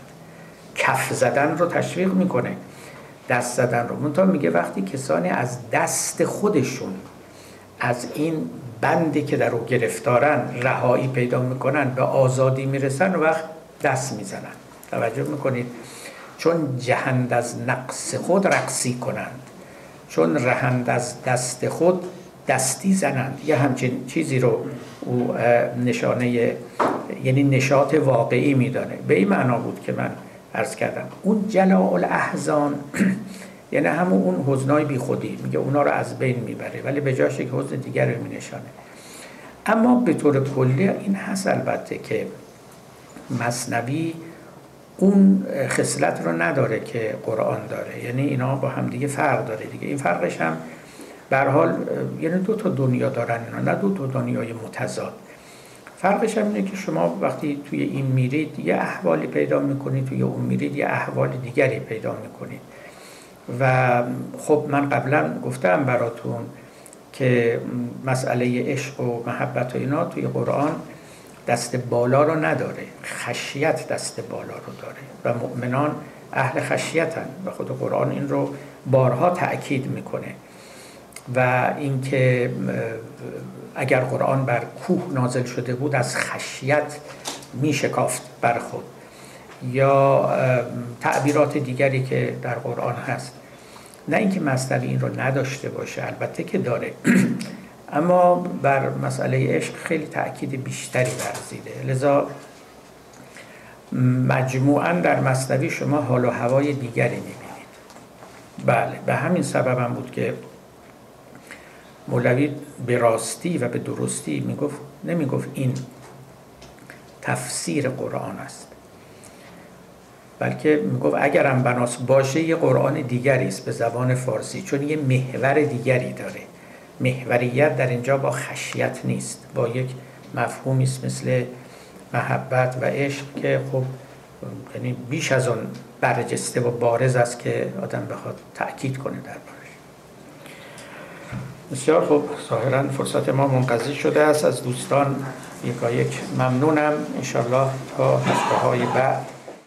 کف زدن رو تشویق میکنه، دست زدن رو. منتها میگه وقتی کسانی از دست خودشون از این بندی که در رو گرفتارن رهایی پیدا میکنن، به آزادی میرسن، و وقت دست میزنن. توجه میکنید؟ چون جهند از نقص خود رقصی کنند، چون رهند از دست خود دستی زنند. یه همچین چیزی رو او نشانه، یعنی نشاط واقعی میدانه. به این معنا بود که من عرض کردم اون جلاء الاحزان یعنی همون اون حزنای بی خودی، میگه اونا رو از بین میبره، ولی به جاش یک حزن دیگر رو مینشانه. اما به طور کلی این هست البته که مثنوی اون خصلت رو نداره که قرآن داره، یعنی اینا با هم دیگه فرق داره دیگه. این فرقش هم به هر حال یعنی دو تا دنیا دارن اینا، نه دو تا دنیای متضاد. فرقش هم اینه که شما وقتی توی این میرید یه احوالی پیدا میکنید، توی اون میرید یه احوال دیگری پیدا میکنید. و خب من قبلا گفتم براتون که مسئله عشق و محبت و اینا توی قرآن دست بالا رو نداره، خشیت دست بالا رو داره و مؤمنان اهل خشیتن و خود قرآن این رو بارها تأکید میکنه. و اینکه اگر قرآن بر کوه نازل شده بود از خشیت میشکافت بر خود، یا تعبیرات دیگری که در قرآن هست. نه اینکه مثنوی این رو نداشته باشه، البته که داره اما بر مسئله عشق خیلی تأکید بیشتری ورزیده. لذا مجموعاً در مثنوی شما حال و هوای دیگری میبینید. بله، به همین سبب هم بود که مولوی به راستی و به درستی میگفت، نمیگفت این تفسیر قرآن است، بلکه میگفت اگرم بناس باشه یه قرآن دیگری است به زبان فارسی، چون یه محور دیگری داره. محوریت در اینجا با خشیت نیست، با یک مفهومی است مثل محبت و عشق که خب یعنی بیش از اون برجسته و بارز است که آدم بخواد تأکید کنه دربارش. بسیار خوب، ظاهراً فرصت ما منقضی شده است. از دوستان یکایک ممنونم. انشالله تا هفته‌های بعد